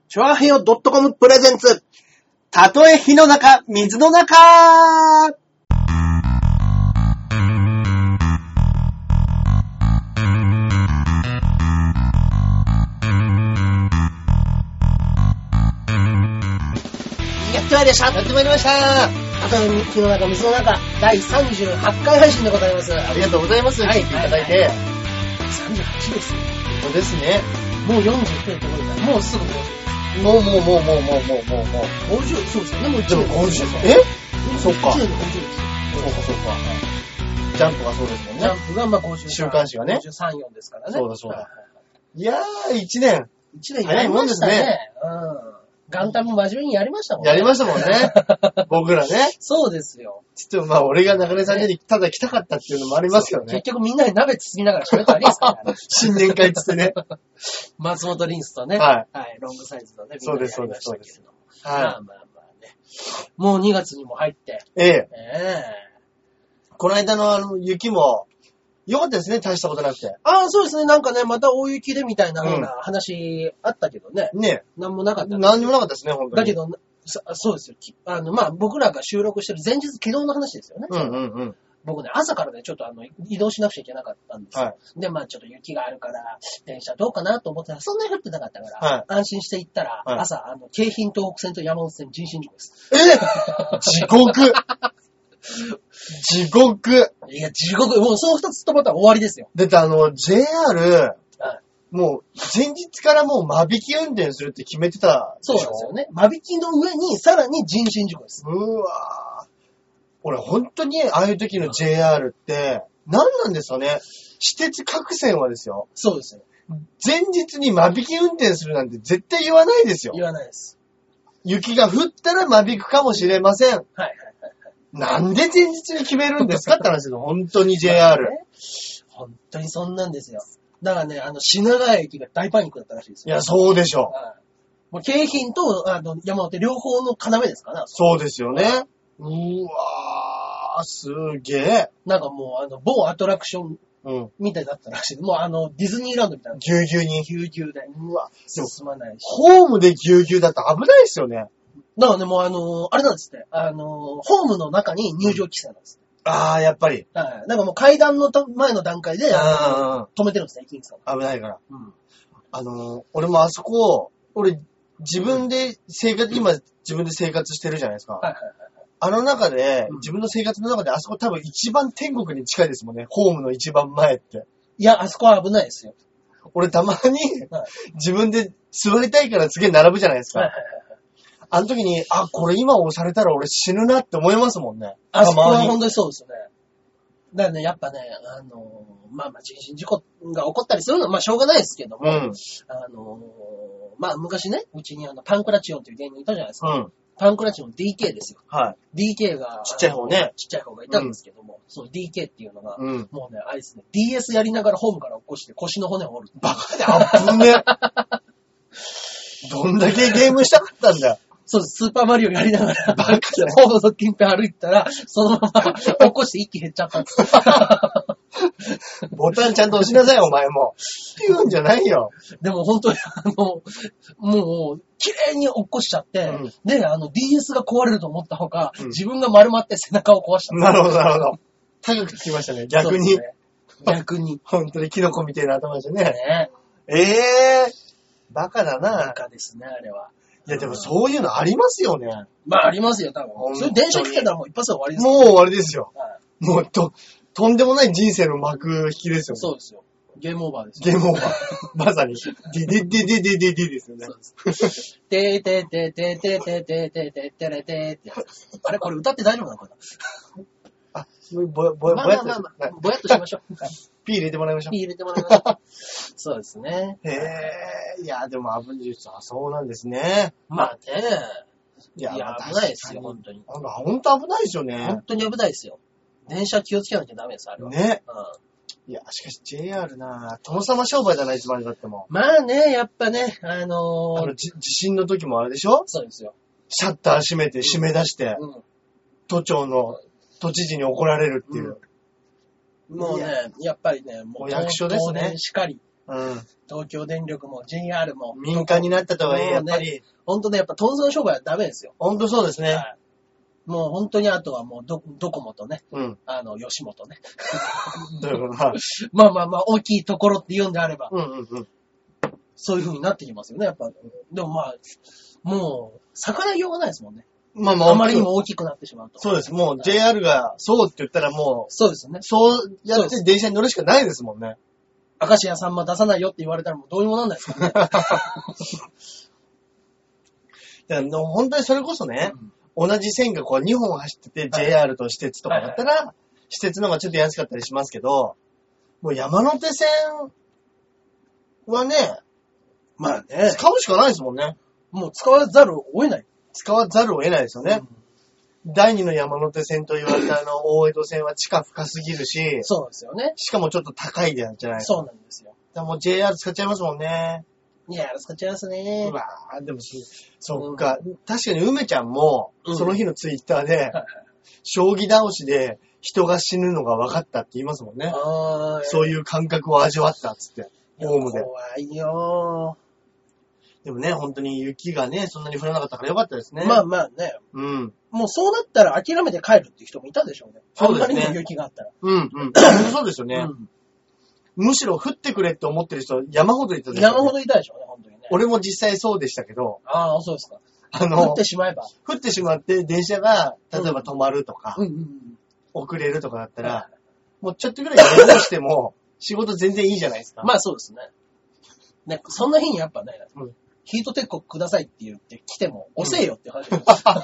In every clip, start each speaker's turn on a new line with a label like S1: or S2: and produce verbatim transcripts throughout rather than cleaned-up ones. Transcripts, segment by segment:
S1: チョアヘヨ .com プレゼンツ。たとえ火の中、水の中。やってまいりました。
S2: やってまいりました。
S1: たとえ火の中、水の中、だいさんじゅうはちかい配信でございます。
S2: ありがとうございます。
S1: はい、
S2: 聞いていただいて。
S1: さんじゅうはちですよ。
S2: そうですね。
S1: もうよんじゅうくらいところだ。もうすぐごじゅう。
S2: もうもうもうもうもうもうもうもう。
S1: ごじゅう、そうですよね。もういち
S2: でも
S1: ねん。
S2: ごじゅう、えそっか。
S1: いちねんでごじゅうですよ。
S2: そうかそうか。ジャンプがそうですもんね。
S1: ジャンプがまあごじゅうさん。
S2: 週刊誌がね。
S1: ごじゅうさん、よんですからね。
S2: そうだそうだ。いやー、いちねん。
S1: いちねんやりましたね。うん。ガンタム真面目にやりましたもんね。
S2: やりましたもんね。僕らね。
S1: そうですよ。
S2: ちょっとまあ俺が中根さんにただ来たかったっていうのもありますけどね。
S1: 結局みんなで鍋包みながら喋ったらいいですかね。
S2: 新年会つってね。
S1: 松本リンスとね。
S2: はい。
S1: はい。ロングサイズのね。
S2: そうです、そうです、そうです。
S1: はい。まあまあまあね。もうにがつにも入って。
S2: ええ。え
S1: え。
S2: この間のあの雪も、よかったですね、大したことなくて。
S1: ああ、そうですね。なんかね、また大雪でみたいな風な話あったけどね。
S2: うん、ね
S1: なんもなかった。
S2: なんにもなかったですね、本当に。
S1: だけど、そうですよ。あの、まあ、僕らが収録してる前日、昨日の話ですよね。
S2: うんうんうん。
S1: 僕ね、朝からね、ちょっとあの、移動しなくちゃいけなかったんですよ。
S2: はい、
S1: で、まあちょっと雪があるから、電車どうかなと思ってたら、そんなに降ってなかったから、
S2: はい、
S1: 安心して行ったら、
S2: はい、
S1: 朝、あの、京浜東北線と山手線人身事故です。
S2: え地獄地獄
S1: いや、地獄、もうその二つと思ったら終わりですよ。
S2: だってあの、ジェイアール、
S1: はい、
S2: もう、前日からもう間引き運転するって決めてたでしょ。
S1: そうなんですよね。間引きの上に、さらに人身事故です。
S2: うわぁ。俺本当に、ああいう時の ジェイアールって、何なんですかね。私鉄各線はですよ。
S1: そうですよ。
S2: 前日に間引き運転するなんて絶対言わないですよ。
S1: 言わないです。
S2: 雪が降ったら間引くかもしれません。はい
S1: はいはい。
S2: なんで前日に決めるんですかって話ですよ。本当に ジェイアール。
S1: 本当にそんなんですよ。だからね、あの、品川駅が大パニックだったらしいですよ。
S2: いや、そうでしょう。
S1: はい、もう京浜とあの山手両方の要ですから。
S2: そうですよね。うわー、すげえ。
S1: なんかもう、あの、某アトラクション
S2: うん。
S1: みたいだったらしい。もうあの、ディズニーランドみたいな。
S2: ぎゅうぎゅうに。
S1: ぎゅうぎゅうで。
S2: うわ。
S1: 進まないし。
S2: ホームでぎゅうぎゅうだと危ないですよね。
S1: だからね、もうあのー、あれなんですって。あのー、ホームの中に入場規制なんです。
S2: ああ、やっぱり。
S1: はい。なんかもう階段の前の段階で、あのー、止めてるんですね、駅員さん。
S2: 危ないから。
S1: うん。
S2: あのー、俺もあそこ、俺、自分で生活、今自分で生活してるじゃないですか。はいはいはい。あの中で、うん、自分の生活の中であそこ多分一番天国に近いですもんね。ホームの一番前って。
S1: いや、あそこは危ないですよ。
S2: 俺たまに、はい、自分で座りたいから次並ぶじゃないですか。はいはいはい。あの時に、あ、これ今押されたら俺死ぬなって思いますもんね。
S1: あそこは本当にそうですよね。だからね、やっぱね、あのー、まあまあ人身事故が起こったりするのはまあしょうがないですけども、うん、あのー、まあ昔ね、うちにあのパンクラチオンという芸人いたじゃないですか。うん、パンクラチオン ディーケー ですよ。はい。ディーケー が、
S2: ちっちゃい方ね。
S1: ちっちゃい方がいたんですけども、うん、その ディーケー っていうのが、うん、もうね、あれですね、ディーエス やりながらホームから起こして腰の骨を折る。
S2: バカであぶね。どんだけゲームしたかったんだ。
S1: そうです。スーパーマリオやりながら、バカでホームの近辺歩いたら、そのまま起こして一気減っちゃったんです。
S2: ボタンちゃんと押しなさい、お前も。って言うんじゃないよ。
S1: でも本当に、あの、もう、綺麗に落っこしちゃって、うん、で、あの、ディーエス が壊れると思ったほか、うん、自分が丸まって背中を壊した。
S2: なるほど、なるほど。高くつきましたね、逆に。
S1: ね、逆に。
S2: 本当にキノコみたいな頭でしたね。
S1: ね
S2: ええー、バカだな。
S1: バカですね、あれは。
S2: いや、でもそういうのありますよね。
S1: まあ、ありますよ、多分。それ電車来てたらもう一発で終わりです
S2: よ。もう終わりですよ。はい、もうと、とんでもない人生の幕引きですよね。
S1: そうですよ。ゲームオーバーです
S2: よ。ゲームオーバー。まさに。デデデデデデデですよね。
S1: そうです。てーてーてーてーてーてーてーてーてーてーてーってやつ。あれこれ歌って大丈夫なのかな
S2: あ、ぼや、ぼや、
S1: ぼやっと。まあまあまあ、ぼやっとしましょう。
S2: ピー入れてもらいましょう。
S1: ピー入れてもらいましょう。そうですね。
S2: へえ、いや、でも危ないです。あ、そうなんですね。
S1: まあね。
S2: いや、
S1: いや危ないですよ、本当に。
S2: 本当危ないですよね。
S1: 本当に危ないですよ。電車気をつけなきゃダメです、あれは。
S2: ね。うん。いや、しかし ジェイアール なぁ。殿様商売だな、いつまでだっても。
S1: まあね、やっぱね、あのー、
S2: あの、地震の時もあれでしょ？
S1: そうですよ。
S2: シャッター閉めて、閉め出して、うん、都庁の、都知事に怒られるっていう。
S1: うん、もうね、やっぱりね、
S2: もう役所ですね。
S1: しかり。
S2: うん。
S1: 東京電力も ジェイアール も。
S2: 民間になったとはいえ、やっぱり。
S1: 本当ね、やっぱトンズン商売はダメですよ。
S2: 本当そうですね。はい、
S1: もう本当にあとはもうド、ドコモとね。
S2: うん。
S1: あの、吉本ね。
S2: どういうこと
S1: まあまあまあ、大きいところって言うんであれば。
S2: うんうんうん。
S1: そういう風になってきますよね、やっぱ。でもまあ、もう、逆らいようがないですもんね。
S2: まあまあ、
S1: あまりにも大きくなってしまうと。
S2: そうです。もう ジェイアール がそうって言ったらもう、
S1: そうですね。
S2: そうやって電車に乗るしかないですもんね。
S1: 明石家さんま出さないよって言われたらもうどうにもなんないですからね。
S2: だから本当にそれこそね、うん、同じ線がこうにほん走ってて、はい、ジェイアール と私鉄とかだったら、はいはい、私鉄の方がちょっと安かったりしますけど、もう山手線はね、まあね、使うしかないですもんね。
S1: もう使わざるを得ない。
S2: 使わざるを得ないですよね。うん、第二の山手線と言われたあの、大江戸線は地下深すぎるし、
S1: そうですよね。
S2: しかもちょっと高いじゃないですか。
S1: そうなんですよ。
S2: だからもう ジェイアール 使っちゃいますもんね。
S1: いや、使っちゃいますね。
S2: うわぁ、でもそ、そっか、うん。確かに梅ちゃんも、その日のツイッターで、うん、将棋倒しで人が死ぬのが分かったって言いますもんね。あそういう感覚を味わったっつって、ホームで。
S1: 怖いよー。
S2: でもね、本当に雪がね、そんなに降らなかったからよかったですね。
S1: まあまあね。
S2: うん。
S1: もうそうなったら諦めて帰るっていう人もいたでしょうね。
S2: そうですね。
S1: あんまりの雪があったら。
S2: うんうん。そうですよね。うん、むしろ降ってくれって思ってる人山ほどいたでしょうね。
S1: 山ほどいたでしょうね、本当にね。
S2: 俺も実際そうでしたけど。
S1: ああ、そうですか。
S2: あの、
S1: 降ってしまえば。
S2: 降ってしまって電車が、例えば止まるとか、
S1: うんうんうん、
S2: 遅れるとかだったら、もうちょっとぐらい寝坊しても、仕事全然いいじゃないですか。
S1: まあそうですね。ね、そんな日にやっぱね、うんヒートテックくださいって言って来ても遅えよって話、うん、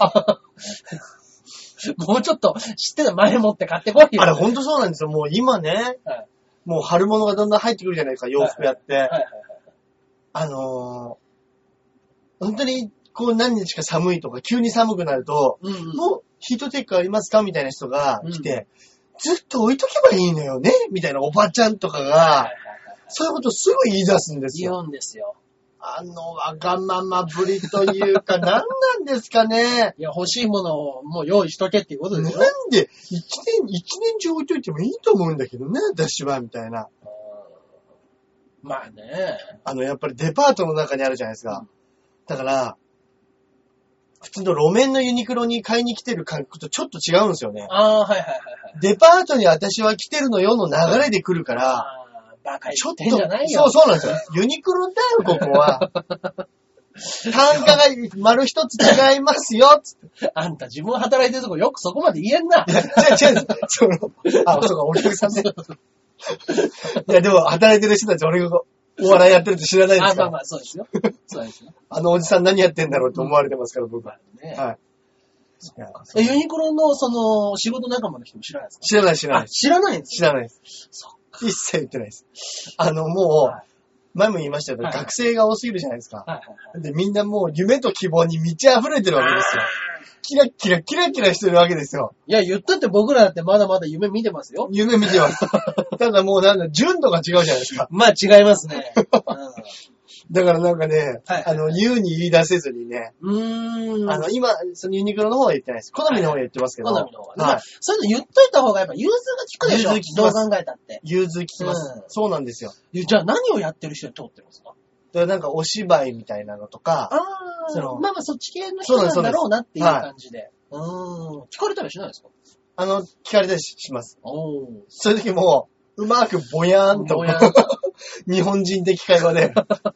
S1: もうちょっと知ってた前もって買ってこいよ。
S2: あれほんとそうなんですよ。もう今ね、はい、もう春物がどんどん入ってくるじゃないですか、洋服やって。はいはいはいはい、あのー、本当にこう何日か寒いとか急に寒くなると、うんうん、もうヒートテックありますかみたいな人が来て、うん、ずっと置いとけばいいのよねみたいなおばちゃんとかが、はいはいはいはい、そういうことすぐ言い出すんですよ。
S1: 言うんですよ。
S2: あの、わがままぶりというか、何なんですかね。
S1: いや、欲しいものをもう用意しとけっていうことですよ。
S2: なんで、一年、一年中置いといてもいいと思うんだけどね、私は、みたいな。
S1: まあね。
S2: あの、やっぱりデパートの中にあるじゃないですか。うん、だから、普通の路面のユニクロに買いに来てる感覚とちょっと違うんですよね。
S1: ああ、はいはいはい、はい。
S2: デパートに私は来てるのよの流れで来るから、
S1: バカ言ってんじゃない
S2: よ。そうそうなんですよ。ユニクロだよ、ここは。単価が丸一つ違いますよ、つって。
S1: あんた自分働いてるとこよくそこまで言えんな。
S2: いや、違う違う。その、あ、そうか、お客さんね。いや、でも働いてる人たち俺がお笑いやってるって知らないですから。
S1: あ、まあまあ、そうですよ。そうですよ。
S2: あのおじさん何やってんだろうって思われてますから、僕は。
S1: ね、
S2: はい。
S1: え、ユニクロのその仕事仲間の人も知らないですか？
S2: 知らない、知らない。
S1: 知らないんです
S2: か？知らないです。
S1: そっか。
S2: 一切言ってないです。あの、もう、はい、前も言いましたけど、はいはい、学生が多すぎるじゃないですか、はいはいはい。で、みんなもう夢と希望に満ち溢れてるわけですよ。キラキラキラキラしてるわけですよ。
S1: いや、言ったって僕らだってまだまだ夢見てますよ。
S2: 夢見てます。ただもうなんだ、純度が違うじゃないですか。
S1: まあ違いますね。うん
S2: だからなんかね、はいはいはい、あの、言うに言い出せずにね。
S1: うーん。
S2: あの、今、そのユニクロの方は言ってないです。好みの方は言ってますけど。
S1: 好みの方はね。はい、まあ、そういうの言っといた方がやっぱ融通が効くでしょ。
S2: 融通効きます。
S1: どう考えたって。
S2: 融通効きます、うん。そうなんですよ。
S1: じゃあ何をやってる人に通ってるんですか？
S2: だからなんかお芝居みたいなのとか。
S1: ああ。そのまあまあそっち系の人なんだろうなっていう感じで。うーん。聞かれたりしないですか？
S2: あの、聞かれたりします。
S1: おー。
S2: そういう時も、うまくぼやーんと。ぼやーんと日本人的会話で。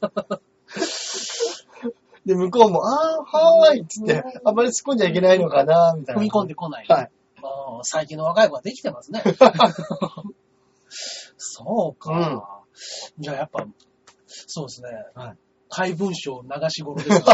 S2: で、向こうも、あー、はーいっつって、あんまり突っ込んじゃいけないのかなみたいな。
S1: 踏み込んでこない。
S2: はい。
S1: あ最近の若い子はできてますね。そうか、うん。じゃあやっぱ、そうですね。はい。怪文書流し頃ですね。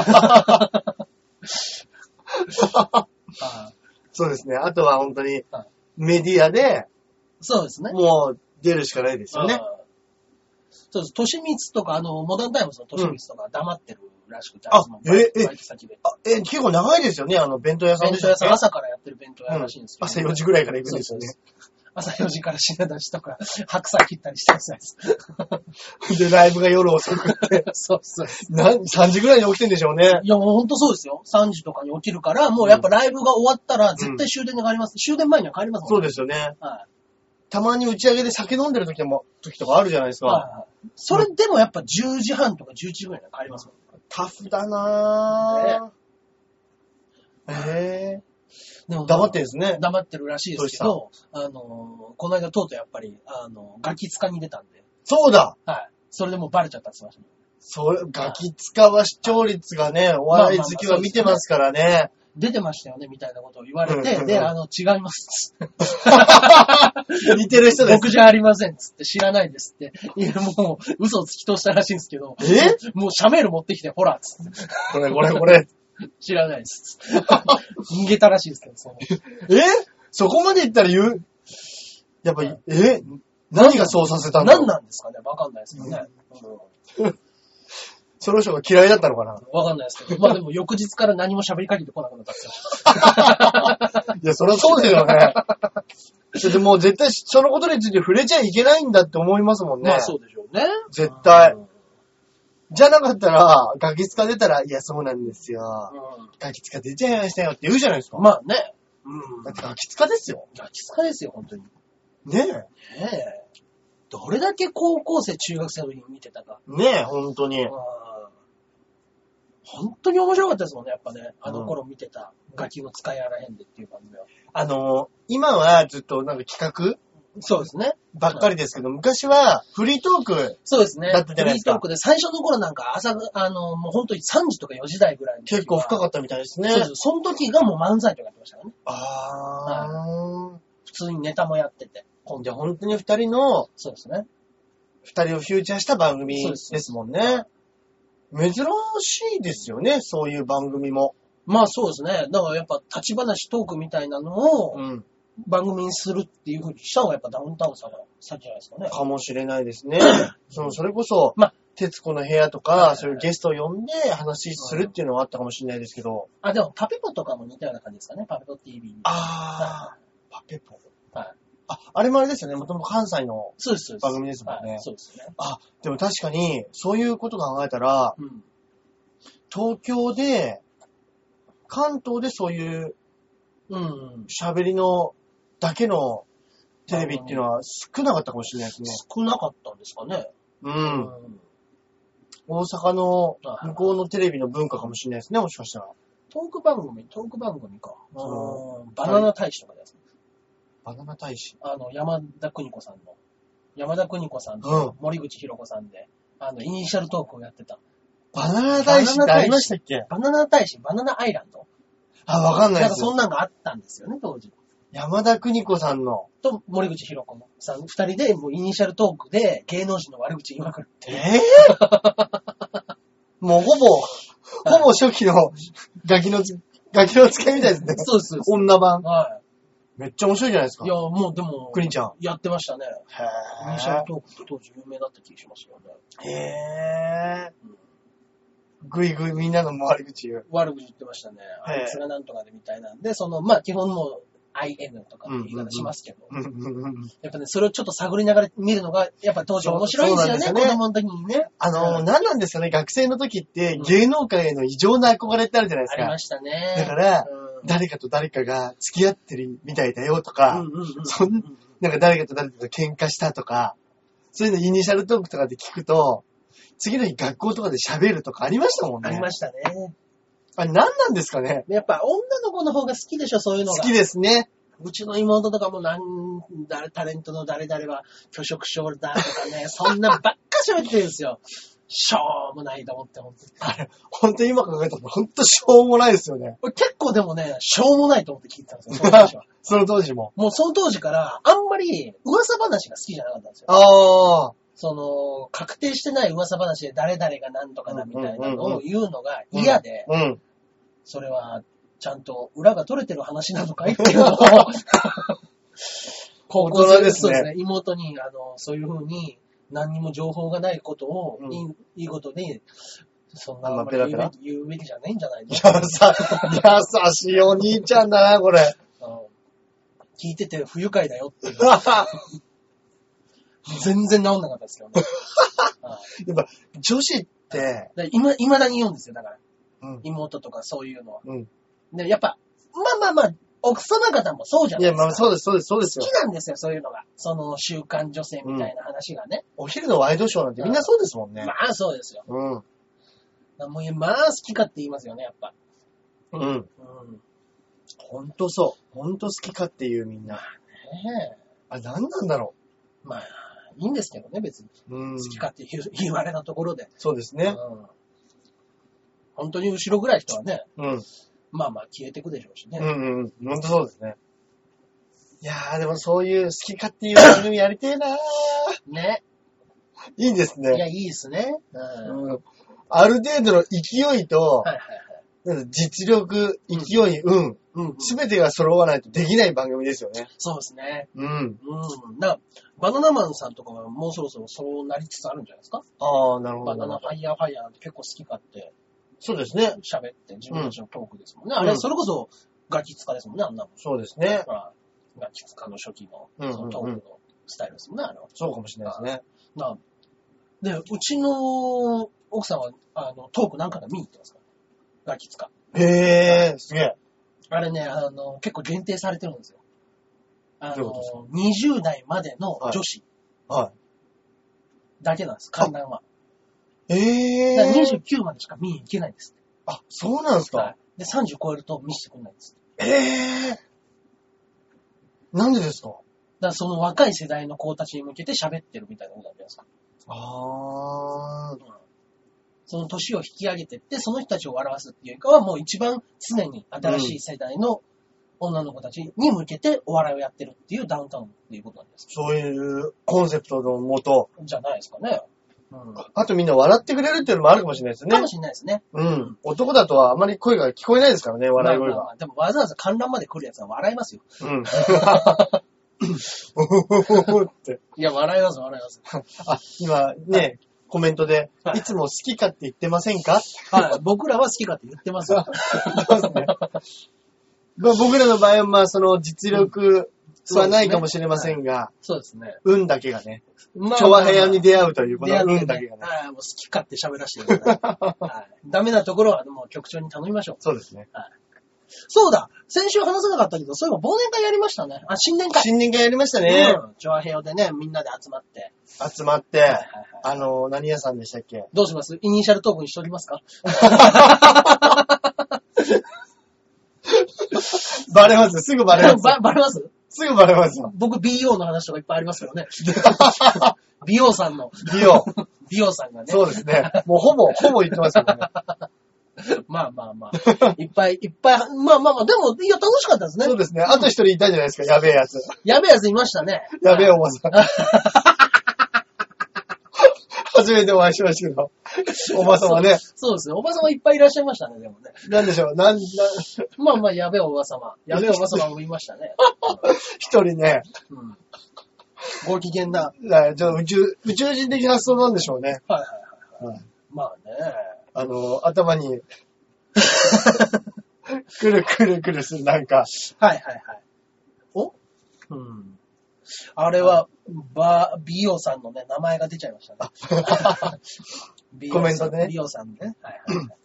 S2: そうですね。あとは本当に、メディアで、
S1: そうですね。
S2: もう出るしかないですよね。
S1: そうです。都市密とか、あの、モダンタイムズの都市密とか黙ってるらしくて、
S2: うん、あ、え、え、あ、え、結構長いですよね、あの、弁当屋さんで。
S1: 弁当屋さん、朝からやってる弁当屋らしいんですけど、
S2: うん、朝よじぐらいから行くんですよね。
S1: そうそうそう朝よじから品出しとか、白菜切ったりしてるんです。
S2: で、ライブが夜遅くて。
S1: そうそう。
S2: なん、さんじぐらいに起きてんでしょうね。
S1: いや、もうほんとそうですよ。さんじとかに起きるから、もうやっぱライブが終わったら、絶対終電で帰ります。うん、終電前には帰りますもんね。
S2: そうですよね。はい。たまに打ち上げで酒飲んでる時も、時とかあるじゃないですか。はいはい、
S1: それでもやっぱじゅうじはんとかじゅういちじぐらいには帰りますもん。
S2: タフだなぁ。ね、えー。でも黙ってるんですね。
S1: 黙ってるらしいですけど、あのー、この間とうとうやっぱり、あの、ガキ使に出たんで。
S2: そうだ。
S1: はい。それでもうバレちゃったって言ってましたね。
S2: それ、ガキ使は視聴率がね、お笑い好きは見てますからね。
S1: 出てましたよね、みたいなことを言われて、うんうんうん、で、あの、違います。
S2: 似てる人です。
S1: 僕じゃありません、つって、知らないですって。いや、もう、嘘を突き通したらしいんですけど。
S2: え
S1: もう、シャメール持ってきて、ほら、つって。
S2: これ、これ、これ。
S1: 知らないです。逃げたらしいですけど、その。
S2: えそこまで言ったら言うやっぱ、え何がそうさせたんだろう。
S1: 何なんですかね、わかんないですけどね。
S2: うん、その人が嫌いだったのかな。
S1: わかんないですけど。まあでも翌日から何も喋りかけてこなくなったんですよ。
S2: いや、そりゃそうですよね。でも絶対そのことについて触れちゃいけないんだって思いますもんね。
S1: まあそうでしょうね。絶
S2: 対。じゃなかったら、ガキ使出たら、いや、そうなんですよ。うん、ガキ使出ちゃいましたよって言うじゃないですか。
S1: まあね。
S2: うん。だってガキ使ですよ。
S1: ガキ使ですよ、本当に。
S2: ねえ。
S1: ねえ。どれだけ高校生、中学生の時に見てたか。
S2: ねえ、本当に。
S1: 本当に面白かったですもんね、やっぱね。あの頃見てた、ガキの使いあらへんでっていう感じでは。
S2: あのー、今はずっとなんか企画
S1: そうですね。
S2: ばっかりですけど、昔はフリートーク
S1: そうですね。
S2: だったじゃないですか。
S1: フリートークで最初の頃なんか朝、あの、もう本当にさんじとかよじ台ぐらいの。
S2: 結構深かったみたいですね。
S1: そうです。その時がもう漫才とかやってましたからね。
S2: あー。
S1: はい、普通にネタもやってて。
S2: じゃあ本当に二人の、
S1: そうですね。
S2: 二人をフューチャーした番組ですもんね。珍しいですよね、そういう番組も。
S1: まあそうですね。だからやっぱ立ち話トークみたいなのを、うん番組にするっていう風にした方がやっぱダウンタウンさんが先じゃないですかね。
S2: かもしれないですね。そのそれこそ、ま、徹子の部屋とか、そういうゲストを呼んで話するっていうのはあったかもしれないですけど。
S1: あ、でもパペポとかも似たような感じですかね。パペポ ティーブイ に。
S2: あー、パペポ。
S1: はい。
S2: あ、あれもあれですよね。もともと関西の番組ですもんね。
S1: そうですね。
S2: あ、でも確かに、そういうこと考えたら、うん、東京で、関東でそういう、喋りの、だけのテレビっていうのは少なかったかもしれないですね。
S1: 少なかったんですかね。
S2: うん。うん、大阪の向こうのテレビの文化かもしれないですね、もしかしたら。
S1: トーク番組、トーク番組か。そのバナナ大使とかですね。
S2: バナナ大使
S1: あの、山田邦子さんの。山田邦子さんと森口博子さんで、あの、イニシャルトークをやってた。
S2: バナナ大使ってありましたっけ？
S1: バナナ大使、バナナアイランド。
S2: あ、わかんないです。
S1: なんかそんなのがあったんですよね、当時。
S2: 山田邦子さんの。
S1: と、森口博子さん、二人で、もうイニシャルトークで芸能人の悪口言いまくるって。
S2: えぇ、ー、もうほぼ、ほぼ初期のガキの、ガキの使いみたいですね。
S1: そうです。
S2: 女版。
S1: はい。
S2: めっちゃ面白いじゃないですか。
S1: いや、もうでも、
S2: 国ちゃん。
S1: やってましたね。
S2: へぇー。
S1: イニシャルトークって当時有名だった気がしますよね。
S2: へぇー。ぐいぐいみんなの悪口言う。
S1: 悪口言ってましたね。あいつがなんとかでみたいなんで、その、まあ基本もう、アイエヌ とかって言い方しますけど、うんうんうん、やっぱね、それをちょっと探りながら見るのが、やっぱ当時面白いですよね、そうそうね子供の時にね。
S2: あのー、何なんですかね、学生の時って芸能界への異常な憧れってあるじゃないですか。
S1: ありましたね。
S2: だから、うん、誰かと誰かが付き合ってるみたいだよとか、うんうんうん、そんなんか誰かと誰かと喧嘩したとか、そういうのイニシャルトークとかで聞くと、次の日学校とかで喋るとかありましたもんね。
S1: ありましたね。
S2: あれ何なんですかね。
S1: やっぱ女の子の方が好きでしょ、そういうのが。
S2: 好きですね。
S1: うちの妹とかもなんだタレントの誰々は拒食症だとかね、そんなばっか喋ってるんですよ。しょうもないと思って、ほんとに。
S2: あれ、ほんと今考えたらほんとしょうもないですよね。
S1: 結構でもね、しょうもないと思って聞いてたんですよ、その当時は。
S2: その当時も。
S1: もうその当時から、あんまり噂話が好きじゃなかったんですよ。
S2: ああ。
S1: その、確定してない噂話で誰々がなんとかだみたいなのを言うのが嫌で、
S2: うんうん、
S1: それは、ちゃんと裏が取れてる話なのかいっていうのを、高校生ですね。妹に、あの、そういう風に、何にも情報がないことを、うん、いい、いいことに、そんなあんまり言うべき、言うべきじゃないんじゃないの？
S2: 優しいお兄ちゃんだな、これ。
S1: うん、聞いてて不愉快だよっていう。全然治んなかったですけどね。
S2: やっぱ、女子って、
S1: 今、未だに言うんですよ、だから。うん、妹とかそういうのは。うん、で、やっぱ、まあまあまあ、 奥様方もそうじゃないですか。
S2: いや、まあそうです、そうです、そうですよ。
S1: 好きなんですよ、そういうのが。その、週刊女性みたいな話がね。
S2: うん、お昼のワイドショーなんてみんなそうですもんね。
S1: まあ、そうですよ。
S2: うん。
S1: もうまあ、好きかって言いますよね、やっぱ。
S2: うん。うん。ほんとそう。ほんと好きかっていうみんな。
S1: ねえ。
S2: あ、なんなんだろ
S1: う。まあ、いいんですけどね、別に。うん。好きかって言う言われたところで。
S2: そうですね。
S1: うん。本当に後ろぐらい人はね。
S2: うん。
S1: まあまあ消えてくでしょうしね。
S2: うんうん。ほんとそうですね。いやー、でもそういう好きかっていう番組やりてえなー。ね。いいですね。
S1: いや、いいですね。うん。
S2: うん、ある程度の勢いと、はいはいはい、実力、勢い、うん。す、う、べ、ん、てが揃わないとできない番組ですよね。
S1: そうですね。
S2: うん。うん。
S1: だバナナマンさんとかはもうそろそろそうなりつつあるんじゃないですか。
S2: ああ、なるほど。
S1: バナナファイヤーファイヤーなんて結構好きかって。
S2: そうですね。
S1: 喋って自分たちのトークですもんね。うん、あれ、それこそガキツカですもんね、あんなもん。
S2: そうですね。
S1: ガキツカの初期のそのトークのスタイルですもんね、あれは。
S2: そうかもしれないですね。
S1: なで、うちの奥さんは、あの、トークなんかで見に行ってますからね。ガキツカ。
S2: へー、すげえ。
S1: あれね、あの、結構限定されてるんですよ。あの、にじゅう代までの女子。
S2: はい。はい、
S1: だけなんです、観覧は。
S2: えー。
S1: だからにじゅうきゅうまでしか見に行けないんです。
S2: あ、そうなんですか、はい、
S1: で、さんじゅう超えると見せてくれないんです。
S2: えー。なんでですか？だか
S1: らその若い世代の子たちに向けて喋ってるみたいなことなんじゃないですか。
S2: あー。うん、
S1: その年を引き上げてって、その人たちを笑わすっていうよりかは、もう一番常に新しい世代の女の子たちに向けてお笑いをやってるっていうダウンタウンっていうことなんです。
S2: そういうコンセプトのもと。
S1: じゃないですかね。
S2: うん、あとみんな笑ってくれるっていうのもあるかもしれないですね。
S1: かもしれないですね。
S2: うん。男だとはあまり声が聞こえないですからね、笑い声が。まあまあまあ、
S1: でもわざわざ観覧まで来るやつは笑いますよ。うん。っていや、笑います、笑います。
S2: あ、今ね、はい、コメントで、はい、いつも好きかって言ってませんか？
S1: はい、僕らは好きかって言ってますよ。そうですね。
S2: 僕らの場合は、まあ、その実力はないかもしれませんが、
S1: そうですね。
S2: 運だけがね、調和平和に出会うということは運だけがね。
S1: はい、もう好き勝手喋らせてください。はい。ダメなところはもう局長に頼みましょう。
S2: そうですね。はい。
S1: そうだ、先週話さなかったけど、そういえば忘年会やりましたね。あ、新年会。
S2: 新年会やりましたね。
S1: うん。調和平和でね、みんなで集まって。
S2: 集まって、はいはいはい、あの、何屋さんでしたっけ？
S1: どうします？イニシャルトークにしておりますか？
S2: バレます。すぐバレます。
S1: ば、バレます
S2: すぐバレますよ。
S1: 僕 ビーオー の話とかいっぱいありますけどね。美容さんの。
S2: 美容。
S1: 美容さんがね。
S2: そうですね。もうほぼ、ほぼ言ってますよね。
S1: まあまあまあ。いっぱいいっぱい、まあまあまあ、でも、いや、楽しかったですね。
S2: そうですね。あと一人いたじゃないですか、やべえやつ。
S1: やべえやついましたね。
S2: やべえおばさん。初めてお会いしましたけど。おばさまね。
S1: そうですね。おばさまいっぱいいらっしゃいましたね、でもね。
S2: なんでしょう。なん、なん
S1: まあまあ、やべえおばさま。やべえおばさまもいましたね。
S2: 一人ね。うん。
S1: ご機嫌な。
S2: ちょ宇宙、宇宙人的発想なんでしょうね。
S1: はいはいはい。はい、まあね。
S2: あの、頭に、くるくるくるするなんか。
S1: はいはいはい。おうん。あれは、ば、美容さんのね、名前が出ちゃいましたね。
S2: コメントでね。
S1: 美容さんね。はいはいはい。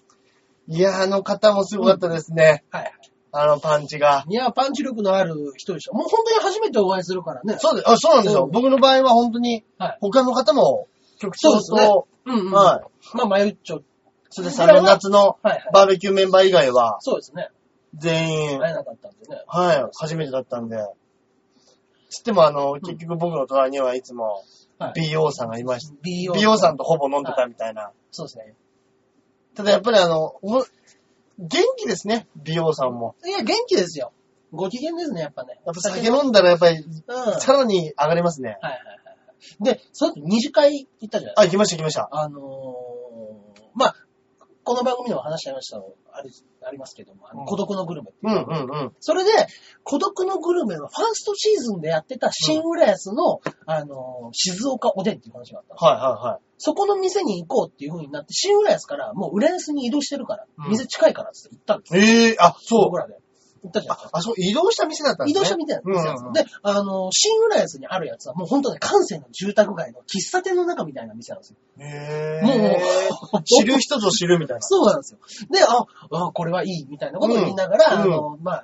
S2: いや、あの方もすごかったですね。
S1: うん、はいはい。
S2: あのパンチが。
S1: いや、パンチ力のある人でした。もう本当に初めてお会いするからね。
S2: そうです。あ、そうなんですよ。僕の場合は本当に、他の方も、局長と、ね、
S1: うんうん。はい。まあ、マユッチョ。
S2: それで、あの夏のバーベキューメンバー以外は、
S1: そうですね。
S2: 全員、
S1: 会えなかったんでね。
S2: はい。初めてだったんで。つっても、あの、結局僕の隣にはいつも、美容さんがいました。美容。美容さんとほぼ飲んでたみたいな。はい、
S1: そうですね。
S2: ただやっぱりあの、元気ですね、美容さんも。
S1: いや、元気ですよ。ご機嫌ですね、やっぱね。
S2: やっぱ酒飲んだらやっぱり、うん、さらに上がりますね。
S1: はいはいはい。で、その後二次会行ったじゃないですか。
S2: あ、行きました行きました。
S1: あのー、まあ、この番組でも話しちゃいましたのあれ、ありますけども、あの、うん、孤独のグルメっていう。
S2: うんうんうん。
S1: それで、孤独のグルメのファーストシーズンでやってた新浦安の、うん、あのー、静岡おでんっていう話があったんですよ。
S2: はいはいはい。
S1: そこの店に行こうっていう風になって、新浦安からもう浦安に移動してるから、うん、店近いからって行ったんですよ。
S2: ええー、あ、そう。
S1: 僕らで。行ったじゃないですか。
S2: あ、そう、移動した店だったんですね。
S1: 移動した店だったんですよ。うんうん、で、あの、新浦安にあるやつはもう本当に閑静な住宅街の喫茶店の中みたいな店なんですよ。
S2: へー。
S1: もう、
S2: 知る人ぞ知るみたいな。
S1: そうなんですよ。で、あ、あこれはいいみたいなことを言いながら、うん、あの、まあ、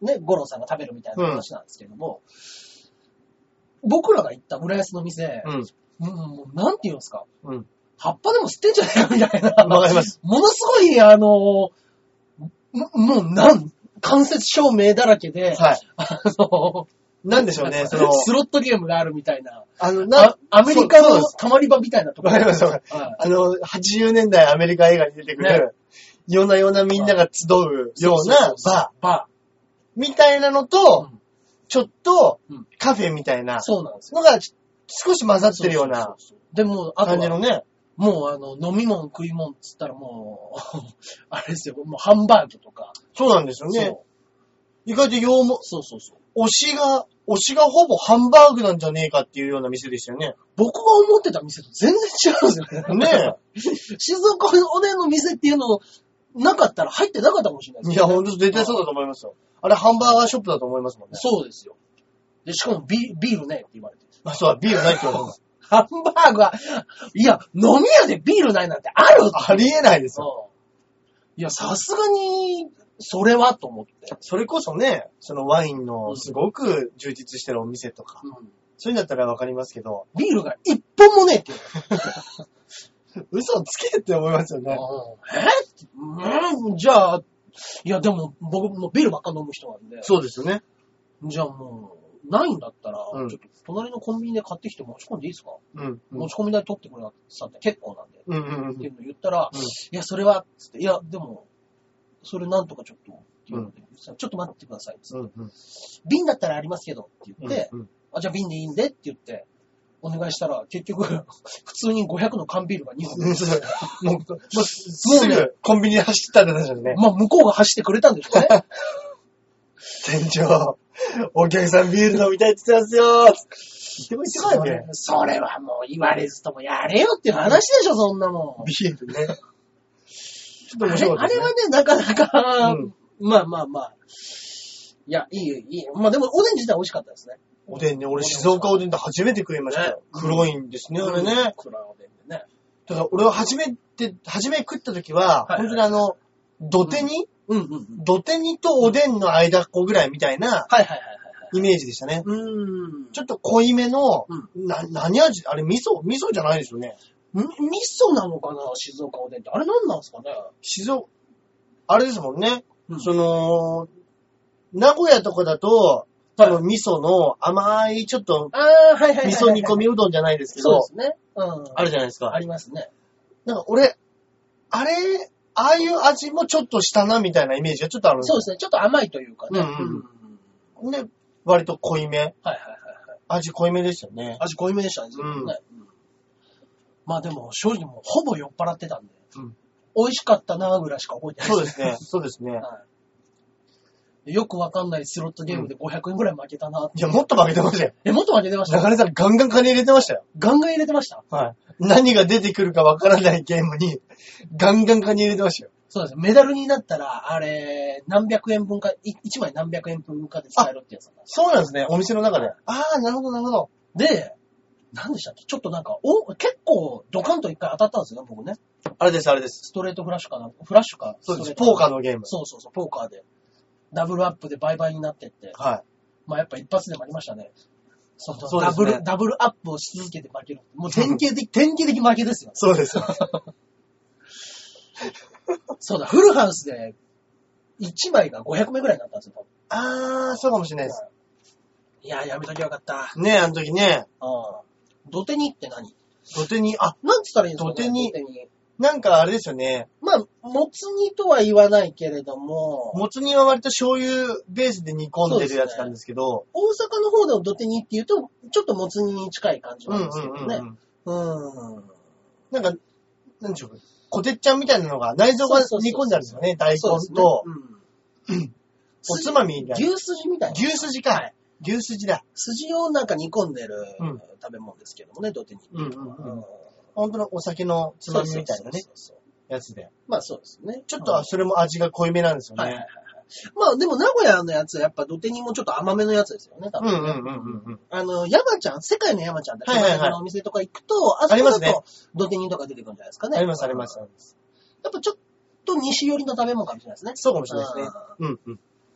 S1: ね、五郎さんが食べるみたいな話なんですけども、うん、僕らが行った浦安の店、うん、もうなんて言うんですか、うん、葉っぱでも吸ってんじゃないかみたいな。
S2: わかります。
S1: ものすごい、あの、もうなん、間接照明だらけで、はい、あの、
S2: なんでしょうね、その、
S1: スロットゲームがあるみたいな。
S2: あの、な、
S1: アメリカのたまり場みたいなところ。
S2: わかります、わかります。あの、はちじゅうねんだいアメリカ映画に出てくる、ね、夜な夜なみんなが集うようなバー。バー。みたいなのと、うん、ちょっと、カフェみたいなのが少し混ざってるような
S1: でも、あと
S2: 感じのね。
S1: もうあの、飲み物食い物っつったらもう、あれですよ、もうハンバーグとか。
S2: そうなんですよね。意外と洋も、
S1: そうそうそう。
S2: 推しが、推しがほぼハンバーグなんじゃねえかっていうような店でしたよね。
S1: 僕が思ってた店と全然違うんですよね。ねえ。静岡おでんの店っていうのなかったら入ってなかったかもしれないです、ね。
S2: いや、ほんと絶対そうだと思いますよ。あれハンバーガーショップだと思いますもんね。
S1: そうですよ。で、しかもビビールねって言われてる。
S2: あ、そうだ、ビールないって言われてる。
S1: ハンバーグは、いや、飲み屋でビールないなんてある
S2: ありえないですよ。
S1: いや、さすがに、それはと思って。
S2: それこそね、そのワインのすごく充実してるお店とか、うん、そういうんだったらわかりますけど、
S1: ビールが一本もねえって
S2: いう。嘘つけって思いますよね。
S1: えうん、じゃあ、いやでも僕もビールばっか飲む人なんで。
S2: そうですよね。
S1: じゃあもう、ないんだったら、うん、ちょっと隣のコンビニで買ってきて持ち込んでいいですか、うんうん、持ち込み代取ってくれさって結構なんで。うんうんうん、っていうの言ったら、うん、いや、それは、つって、いや、でも、それなんとかちょっと、って言うので、うん、ちょっと待ってください、つって、うんうん。瓶だったらありますけど、って言って、うんうん、あ、じゃあ瓶でいいんでって言って、お願いしたら、結局、普通にごひゃくの缶ビールがにほん。もう、もう、
S2: もうすぐコンビニで走ったんですよね。
S1: まあ、向こうが走ってくれたんでしょうね。
S2: 店長、お客さんビール飲みたいって言ってますよー。言ってこいってこいね。
S1: それはもう言われずともやれよっていう話でしょ、そんなもん。
S2: ビールね。ちょ
S1: っと面白かったですね。あれはね、なかなか、うん、まあまあまあ。いや、いいよ、いいよ。まあでも、おでん自体美味しかったですね。
S2: おでんね、俺静岡おでんって初めて食いましたよ。ね、黒いんですね、あれね。
S1: 黒いおでんでね。
S2: ただ俺は初めて、初め食った時は、はいはい、本当にあの、土手に、うんうんうん、土手にとおでんの間っこぐらいみたいな、はいはいはいはい、イメージでしたね。うんちょっと濃いめの、うん、な、何味あれ味噌味噌じゃないですよね。
S1: ん味噌なのかな静岡おでんって。あれ何なんですかね
S2: 静岡、あれですもんね。うん、その、名古屋とかだと、多分味噌の甘いちょっと、味噌煮込みうどんじゃないですけど、
S1: そうですね。うん。
S2: あるじゃないですか。
S1: ありますね。
S2: なんか俺、あれ、ああいう味もちょっとしたなみたいなイメージがちょっとあるんですよ。
S1: そうですね。ちょっと甘いというかね。うん
S2: うん。で、割と濃いめ。はいはいはい、はい。味濃いめでしたよね。
S1: 味濃いめでしたね。ずっとね、うん。まあでも、正直もうほぼ酔っ払ってたんで、うん、美味しかったなぐらいしか覚えてない
S2: そうですね。そうですね。はい、
S1: よくわかんないスロットゲームでごひゃくえんぐらい負けたなって。
S2: いや、もっと負けてましたよ。
S1: え、もっと負けてました。
S2: 中根さんガンガン金入れてましたよ。
S1: ガンガン入れてました。
S2: はい。何が出てくるかわからないゲームに、ガンガン金入れてましたよ。
S1: そうです。メダルになったら、あれ、何百円分か、いちまい何百円分かで使えるってやつなんです。
S2: そうなんですね。お店の中で。ああ、なるほど、なるほど。
S1: で、何でしたっけちょっとなんか、お、結構ドカンと一回当たったんですよね、僕ね。
S2: あれです、あれです。
S1: ストレートフラッシュかな。フラッシュか。
S2: そうです。ポーカーのゲーム。
S1: そうそうそう、ポーカーで。ダブルアップで倍々になってって。はい。まあやっぱ一発でもありましたね。そうそう、ダブル、ダブルアップをし続けて負ける。もう典型的、典型的負けですよ。
S2: そうです。
S1: そうだ、フルハウスでいちまいがごひゃくめいぐらいになったんですよ、多分。
S2: あー、そうかもしれないです。
S1: いやー、やめときゃよかった。
S2: ねえ、あの時ね。
S1: ああ。土手にって何
S2: 土手に、あ、
S1: なんつったらいいんですか、
S2: ね、土手に。なんかあれですよね。
S1: まあ、もつ煮とは言わないけれども。
S2: もつ煮は割と醤油ベースで煮込んでるやつなんですけど。
S1: ね、大阪の方での土手煮って言うと、ちょっともつ煮に近い感じなんですけどね。うんうんうんうん。うん。
S2: なんか、なんでしょう。コテッちゃんみたいなのが内臓が煮込んであるんですよね。大根と、ねうん、おつまみみたいな。
S1: 牛すじみたいな。
S2: 牛すじか。はい、牛すじだ。
S1: 筋をなんか煮込んでる、うん、食べ物ですけどもね、土手煮。うんうんうん
S2: うん本当のお酒のつまみみたいなね、やつで。
S1: まあそうですね。
S2: ちょっとそれも味が濃いめなんですよね。はいはいはい。
S1: まあでも名古屋のやつはやっぱ土手にもちょっと甘めのやつですよね、多分、ね。うんうんうんうん。あの、山ちゃん、世界の山ちゃんって、はいはいはい、のお店とか行くと、あそこだと土手煮とか出てくるんじゃないですかね。
S2: ありますあります。やっ
S1: ぱちょっと西寄りの食べ物かもしれないですね。
S2: そうかもしれないですね。うんうん。はいはい。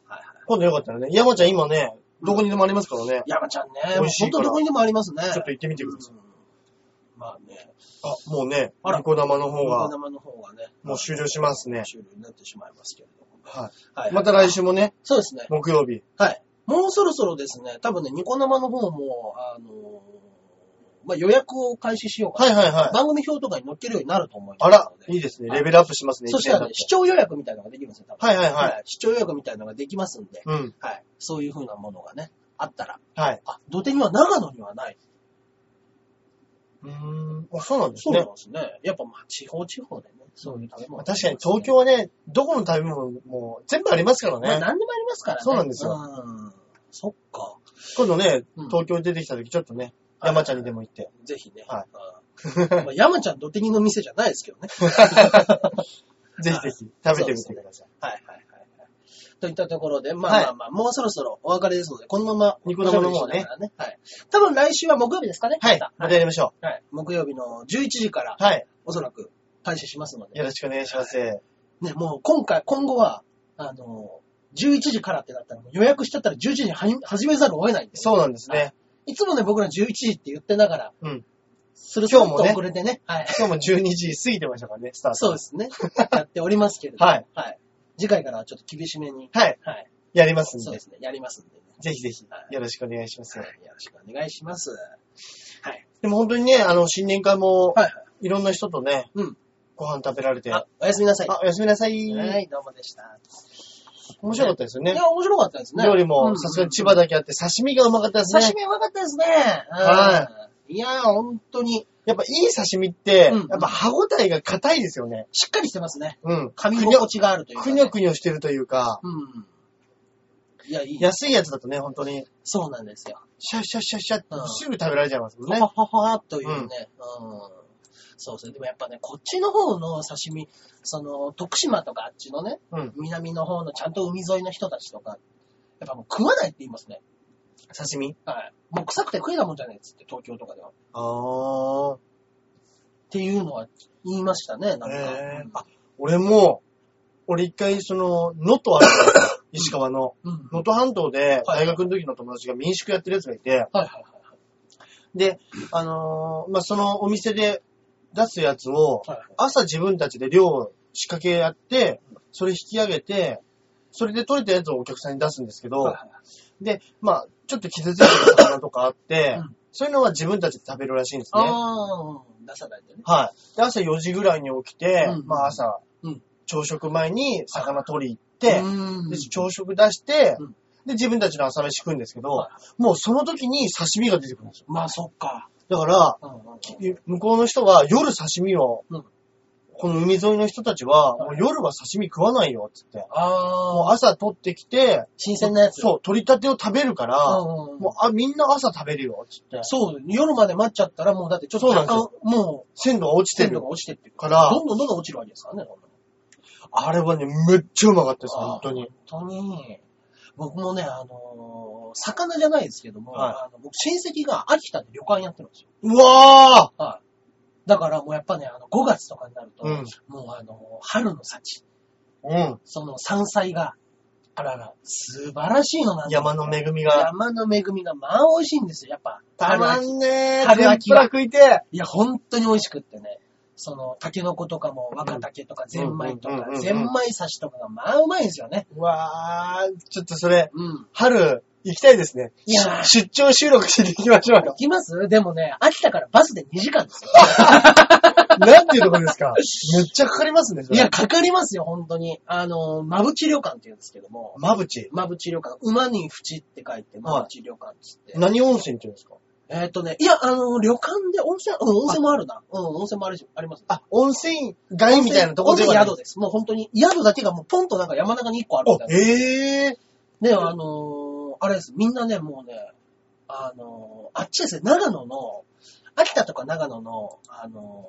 S2: 今度よかったらね。山ちゃん今ね、どこにでもありますからね。
S1: 山ちゃんね。
S2: 美味しいから
S1: ほんとどこにでもありますね。
S2: ちょっと行ってみてください。
S1: うん、まあね。
S2: あ、もうね、
S1: あら
S2: ニコ玉の方が。
S1: ニコ玉の方がね。
S2: もう終了しますね。
S1: 終了になってしまいますけれども。
S2: はい。
S1: はい。
S2: また来週もね。
S1: そうですね。
S2: 木曜日。
S1: はい。もうそろそろですね、多分ね、ニコ生の方も、あのー、まあ、予約を開始しようかな。
S2: はいはいはい。
S1: 番組表とかに載っけるようになると思います
S2: あら、
S1: ので。
S2: いいですね。レベルアップしますね。
S1: そしたらね、視聴予約みたいなのができますね、多分。
S2: はいはいはい。
S1: 視聴予約みたいなのができますんで。
S2: うん。
S1: はい。そういう風なものがね、あったら。
S2: はい。
S1: あ、土手には長野にはない。
S2: うーん。あ、そうなんですね。
S1: そうなんですね。やっぱまあ、地方地方でね、そういう食べ物、ね。
S2: 確かに東京はね、どこの食べ物も全部ありますからね。
S1: まあ、何でもありますからね。
S2: そうなんですよ。
S1: うん。そっか。
S2: 今度ね、
S1: うん、
S2: 東京に出てきた時ちょっとね、山ちゃんにでも行って。
S1: ぜひね。
S2: はい。
S1: まあ、山ちゃん土手にの店じゃないですけどね。
S2: ぜひぜひ食べてみてください。
S1: はいはいはいはい。といったところで、まあまあまあ、はい、もうそろそろお別れですので、このまま、
S2: ニコ生の方ね。
S1: はい。多分来週は木曜日ですかね。
S2: はい。またやりましょ
S1: う。はい。木曜日のじゅういちじから、
S2: はい。
S1: おそらく開始しますので。
S2: よろしくお願いします。はい、
S1: ね、もう今回、今後は、あの、じゅういちじからってなったら、予約しちゃったらじゅういちじに始めざるを得ないんで、ね。
S2: そうなんですね。
S1: いつもね、僕らじゅういちじって言ってながら、
S2: うん。
S1: すると遅れてね。はい。
S2: 今日もじゅうにじ過ぎてましたからね、スタート。
S1: そうですね。やっておりますけれども。
S2: はい。
S1: はい。次回からはちょっと厳しめに。
S2: はい。はい。やりますんで。
S1: そうですね。やりますんで、ね。
S2: ぜひぜひ、よろしくお願いします。はい。
S1: よろしくお願いします。はい。
S2: でも本当にね、あの、新年会も、はい。いろんな人とね、うん。ご飯食べられて。
S1: あ、おやすみなさい。
S2: あ、おやすみなさい。
S1: はい、どうもでした。
S2: 面白かったですよね。
S1: いや、面白かったですね。
S2: 料理も、さすがに千葉だけあって、刺身がうまかったですね。
S1: 刺身うまかったですね。
S2: はい。
S1: いやー、本当に。
S2: やっぱいい刺身って、うん、やっぱ歯応えが硬いですよね。
S1: しっかりしてますね。
S2: うん。
S1: 噛み心地があるというか、ね。
S2: くにょくにょしてるというか。
S1: うん。いや、いい。
S2: 安いやつだとね、本当に。
S1: そうなんですよ。
S2: シャッシャッシャッシャッってすぐ食べられちゃいますもんね。
S1: ははははというね。うん。うん、そうですね。でもやっぱね、こっちの方の刺身、その、徳島とかあっちのね、うん、南の方のちゃんと海沿いの人たちとか、やっぱもう食わないって言いますね。
S2: 刺身？
S1: はい。もう臭くて食えたもんじゃないっつって、東京とかでは。
S2: あー。
S1: っていうのは言いましたね、なんか。
S2: えー、あ、俺も、俺一回その、能登ある石川の、能登、うん、半島で大学の時の友達が民宿やってるやつがいて、はいはいはい、で、あのー、まあ、そのお店で出すやつを、朝自分たちで漁を仕掛けやって、それ引き上げて、それで取れたやつをお客さんに出すんですけど、はいはい、で、まあ、ちょっと傷ついてる魚とかあって、うん、そういうのは自分たちで食べるらしいんですね。
S1: あ出さないでね。
S2: はい。で、朝よじぐらいに起きて、うん、まあ朝、うん、朝食前に魚取り行って、で、朝食出して、うん、で、自分たちの朝飯食うんですけど、はい、もうその時に刺身が出てくるんですよ。
S1: まあそっか。
S2: だから、うんうんうん、向こうの人は夜刺身を、うん、この海沿いの人たちは、もう夜は刺身食わないよ、つって。あもう朝取ってきて、
S1: 新鮮なやつ。
S2: そう、取り立てを食べるから、うんうん、もうあみんな朝食べるよ、つって。
S1: そう、夜まで待っちゃったら、もうだってちょっと、
S2: そうなんですよ。
S1: もう、
S2: 鮮度が落ちてる。
S1: 鮮度が落ちてって
S2: から、
S1: どんどんどんどん落ちるわけですからね。
S2: あれはね、めっちゃうまかったです、本当に。
S1: 本当に。僕もね、あのー、魚じゃないですけども、はい、あの僕親戚が秋田で旅館やってるんですよ。
S2: うわー、
S1: はい、だからもうやっぱね、あのごがつとかになると、うん、もうあの、春の幸。うん。その山菜が、あらら、素晴らしいのなんですよ。
S2: 山の恵みが。
S1: 山の恵みが、まあ美味しいんですよ、やっぱ。
S2: たまんねー。
S1: 春秋は。
S2: 食いて。
S1: いや、本当に美味しくってね。その、タケノコとかも、若タケとか、ゼンマイとか、ゼンマイ刺しとかが、まあうまいんですよね。
S2: うわー、ちょっとそれ、うん、春、行きたいですね。いや出張収録しに行きましょうよ。
S1: 行きますでもね、秋田からバスでにじかんですよ。
S2: なんていうとこですかめっちゃかかりますね、それ。
S1: いや、かかりますよ、本当に。あの、まぶち旅館って言うんですけども。
S2: まぶち
S1: まぶち旅館。馬に淵って書いて、まぶち旅館って言って。
S2: 何温泉って言うんですか
S1: えっとね、いや、あの、旅館で温泉、うん、温泉もあるな。うん、温泉もあるあります。
S2: あ、温泉街みたいなところでは
S1: 温泉宿です。もう本当に、宿だけがもうポンとなんか山中にいっこあるみたいな。
S2: ええ
S1: ー。で、あのー、あれです。みんなね、もうね、あのー、あっちですね、長野の、秋田とか長野の、あの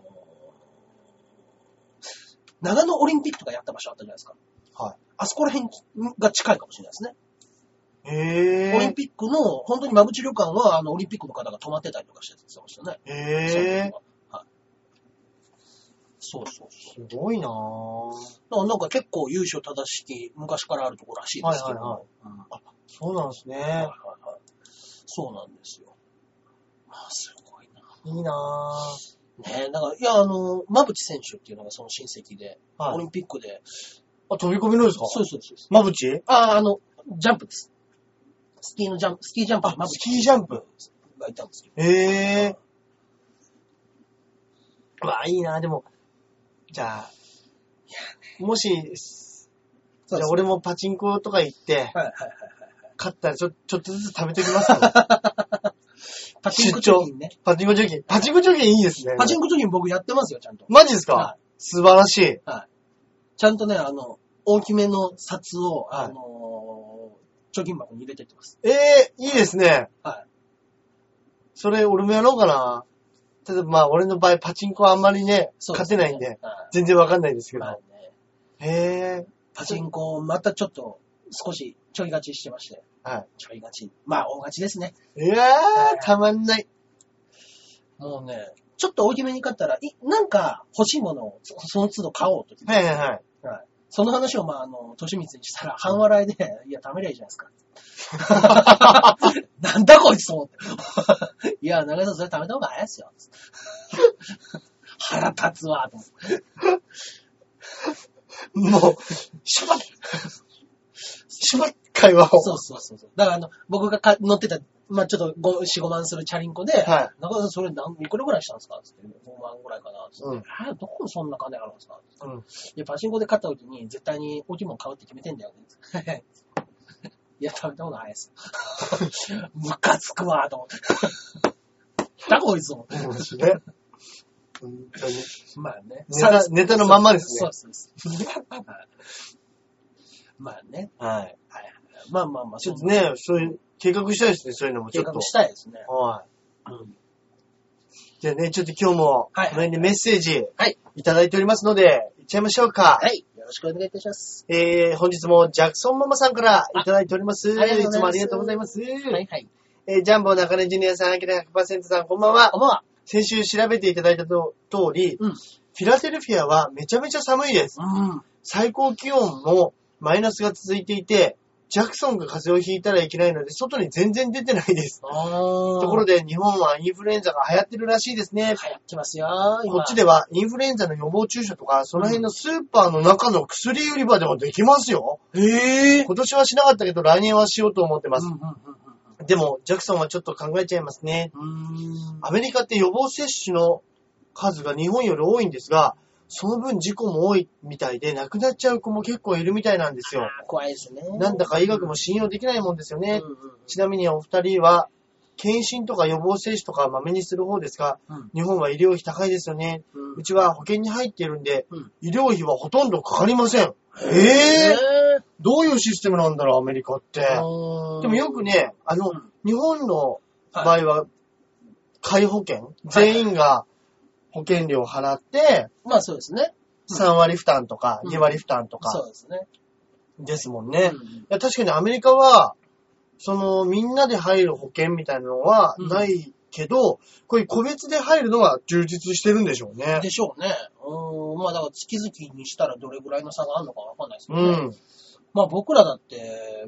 S1: ー、長野オリンピックとかやった場所あったじゃないですか。
S2: はい。
S1: あそこら辺が近いかもしれないですね。
S2: へー。
S1: オリンピックの、本当にまぶち旅館は、あの、オリンピックの方が泊まってたりとかしてましたね。
S2: へー。はい。
S1: そうそうそ
S2: う。すごいなぁ。
S1: だからなんか結構優勝正しき昔からあるところらしいですけど。
S2: はいはいはい
S1: うん、
S2: あ、そうなんですね。はいはいはい。
S1: そうなんですよ。まあ、すごいな。
S2: いいなぁ。
S1: ねえ、だから、いや、あの、馬淵選手っていうのがその親戚で、はい、オリンピックで。
S2: あ、飛び込みのですか？
S1: そうそうそう。
S2: 馬淵？
S1: ああ、あの、ジャンプです。スキーのジャンプ、スキージャンプ。
S2: あ、スキージャンプ
S1: がいたんですけど。
S2: へぇー。まあ、いいなぁ、でも、じゃあ、もし、じゃあ俺もパチンコとか行って、はいはいはいはい、勝ったらちょ、ちょっとずつ食べてきますか
S1: パチンコ貯金ね。
S2: パチンコ貯金。パチンコ貯金いいですね。
S1: パチンコ貯金僕やってますよ、ちゃんと。
S2: マジですか？はい、素晴らしい。
S1: はい。ちゃんとね、あの、大きめの札を、はい、あのー、貯金箱に入れてってます。
S2: ええー、いいですね。
S1: はい。
S2: それ、俺もやろうかな。ただまあ、俺の場合、パチンコはあんまりね、勝てないんで、はい、全然わかんないですけど。はいね、へぇー。
S1: パチンコ、またちょっと、少し、ちょい勝ちしてまして。
S2: はい。
S1: ちょい勝ち。まあ、大勝ちですね。
S2: いやー、たまんない。
S1: もうね、ちょっと大きめに買ったら、い、なんか欲しいものをその都度買おうと。
S2: はいはいはい。
S1: はい。その話を、まあ、あの、年光にしたら、半笑いで、いや、貯めりゃいいじゃないですか。なんだこいつと思って。いや、長井さんそれ貯めた方が早いっすよ。腹立つわ、と思って。
S2: もう、しまっ、しまっ会話を。
S1: そうそうそうそう。だからあの、僕がか乗ってた、まあ、ちょっとご、よん、ごまんするチャリンコで、はい。中田さんそれ何、いくらぐらいしたんですかつって、ごまんぐらいかなつって、うん、えー、どこにそんな金あるんですかつって、うん。いや、パチンコで買った時に、絶対に大きいもの買うって決めてんだよね。いや、食べた方が早いです。ムカつくわ、と思って。だこいつも。
S2: そうですね。本当に。
S1: まあね。
S2: ネタ、ネタのまんまですね。
S1: そうです。まあね。
S2: はい。はい。
S1: まあまあまあ。
S2: ちょっとね、そういう、計画したいですね、そういうのもちょっと。
S1: 計画したいですね。
S2: はい。うん。じゃあね、ちょっと今日も、はい。この辺でメッセージ、はい。いただいておりますので、いっちゃいましょうか。
S1: はい。よろしくお願いいたします。
S2: えー、本日もジャクソンママさんからいただいております。いつもありがとうございます。はいはい。えー、ジャンボ中根ジュニアさん、アキラ ひゃくパーセント さん、こんばんは。
S1: こんばんは。
S2: 先週調べていただいた通り、うん、フィラデルフィアはめちゃめちゃ寒いです。うん、最高気温もマイナスが続いていて、ジャクソンが風邪をひいたらいけないので、外に全然出てないです。ところで、日本はインフルエンザが流行ってるらしいですね。
S1: 流行ってますよ。
S2: こっちではインフルエンザの予防注射とか、その辺のスーパーの中の薬売り場でもできますよ。へ、うん、今年はしなかったけど、来年はしようと思ってます。うんうんうん、でも、ジャクソンはちょっと考えちゃいますね。うーん、アメリカって予防接種の数が日本より多いんですが、その分事故も多いみたいで、亡くなっちゃう子も結構いるみたいなんですよ。
S1: あ、怖いですね。
S2: なんだか医学も信用できないもんですよね。うんうん、ちなみにお二人は、検診とか予防接種とかまめにする方ですが、うん、日本は医療費高いですよね。うん、うちは保険に入っているんで、うん、医療費はほとんどかかりません。えぇ、ー、どういうシステムなんだろう、アメリカって。でもよくね、あの、うん、日本の場合は、皆保険、全員が保険料を払って、
S1: まあそうですね。
S2: さんわり負担とか、にわり負担とか。
S1: そうですね。
S2: ですもんね。うん、いや確かにアメリカは、その、みんなで入る保険みたいなのはないけど、うん、こういう個別で入るのは充実してるんでしょうね。
S1: でしょうね。うーん。まあだから月々にしたらどれぐらいの差があるのかわかんないですけどね。うん。まあ僕らだって、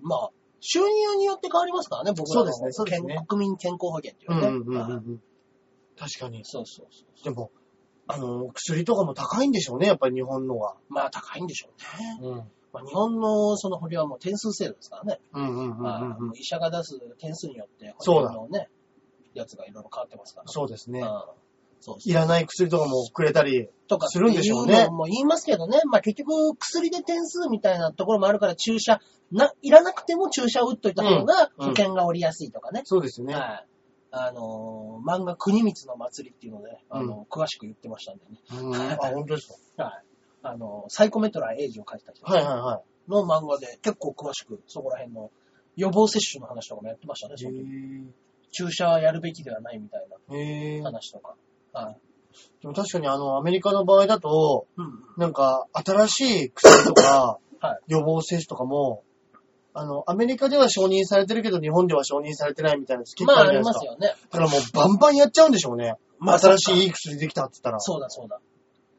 S1: まあ、収入によって変わりますからね、僕らの。そうですね、そうですね。国民健康保険っていうね。うんうんうんうん。確かに。そうそうそう。
S2: でも、あの、薬とかも高いんでしょうね、やっぱり日本のは。
S1: まあ高いんでしょうね。うん。まあ、日本のその保険はもう点数制度ですからね。うんうんうんうん、うんまあ。医者が出す点数によって保険のね、やつがいろいろ変わってますから。
S2: そうですね。うん、そういらない薬とかもくれたりするんでしょうね。
S1: とかも言いますけどね。まあ結局薬で点数みたいなところもあるから注射、な、いらなくても注射を打っといた方が保険が下りやすいとかね。
S2: うんうん、そうですね。はい。
S1: あのー、漫画国光の祭りっていうので、ね、あのー、うん、詳しく言ってましたんでね。
S2: うん、あ、本当ですか。
S1: はい。あの、サイコメトラーエイジを書いてた人
S2: はいはいはい。
S1: の漫画で結構詳しくそこら辺の予防接種の話とかもやってましたね。その注射やるべきではないみたいな話とか。はい。
S2: でも確かにあのアメリカの場合だと、うん、なんか新しい薬とか予防接種とかも、あのアメリカでは承認されてるけど日本では承認されてないみたいなやつ結構あるじゃないですか。まあありますよね。だからもうバンバンやっちゃうんでしょうね。まあ新しいいい薬できたって言ったら。
S1: そうだそうだ。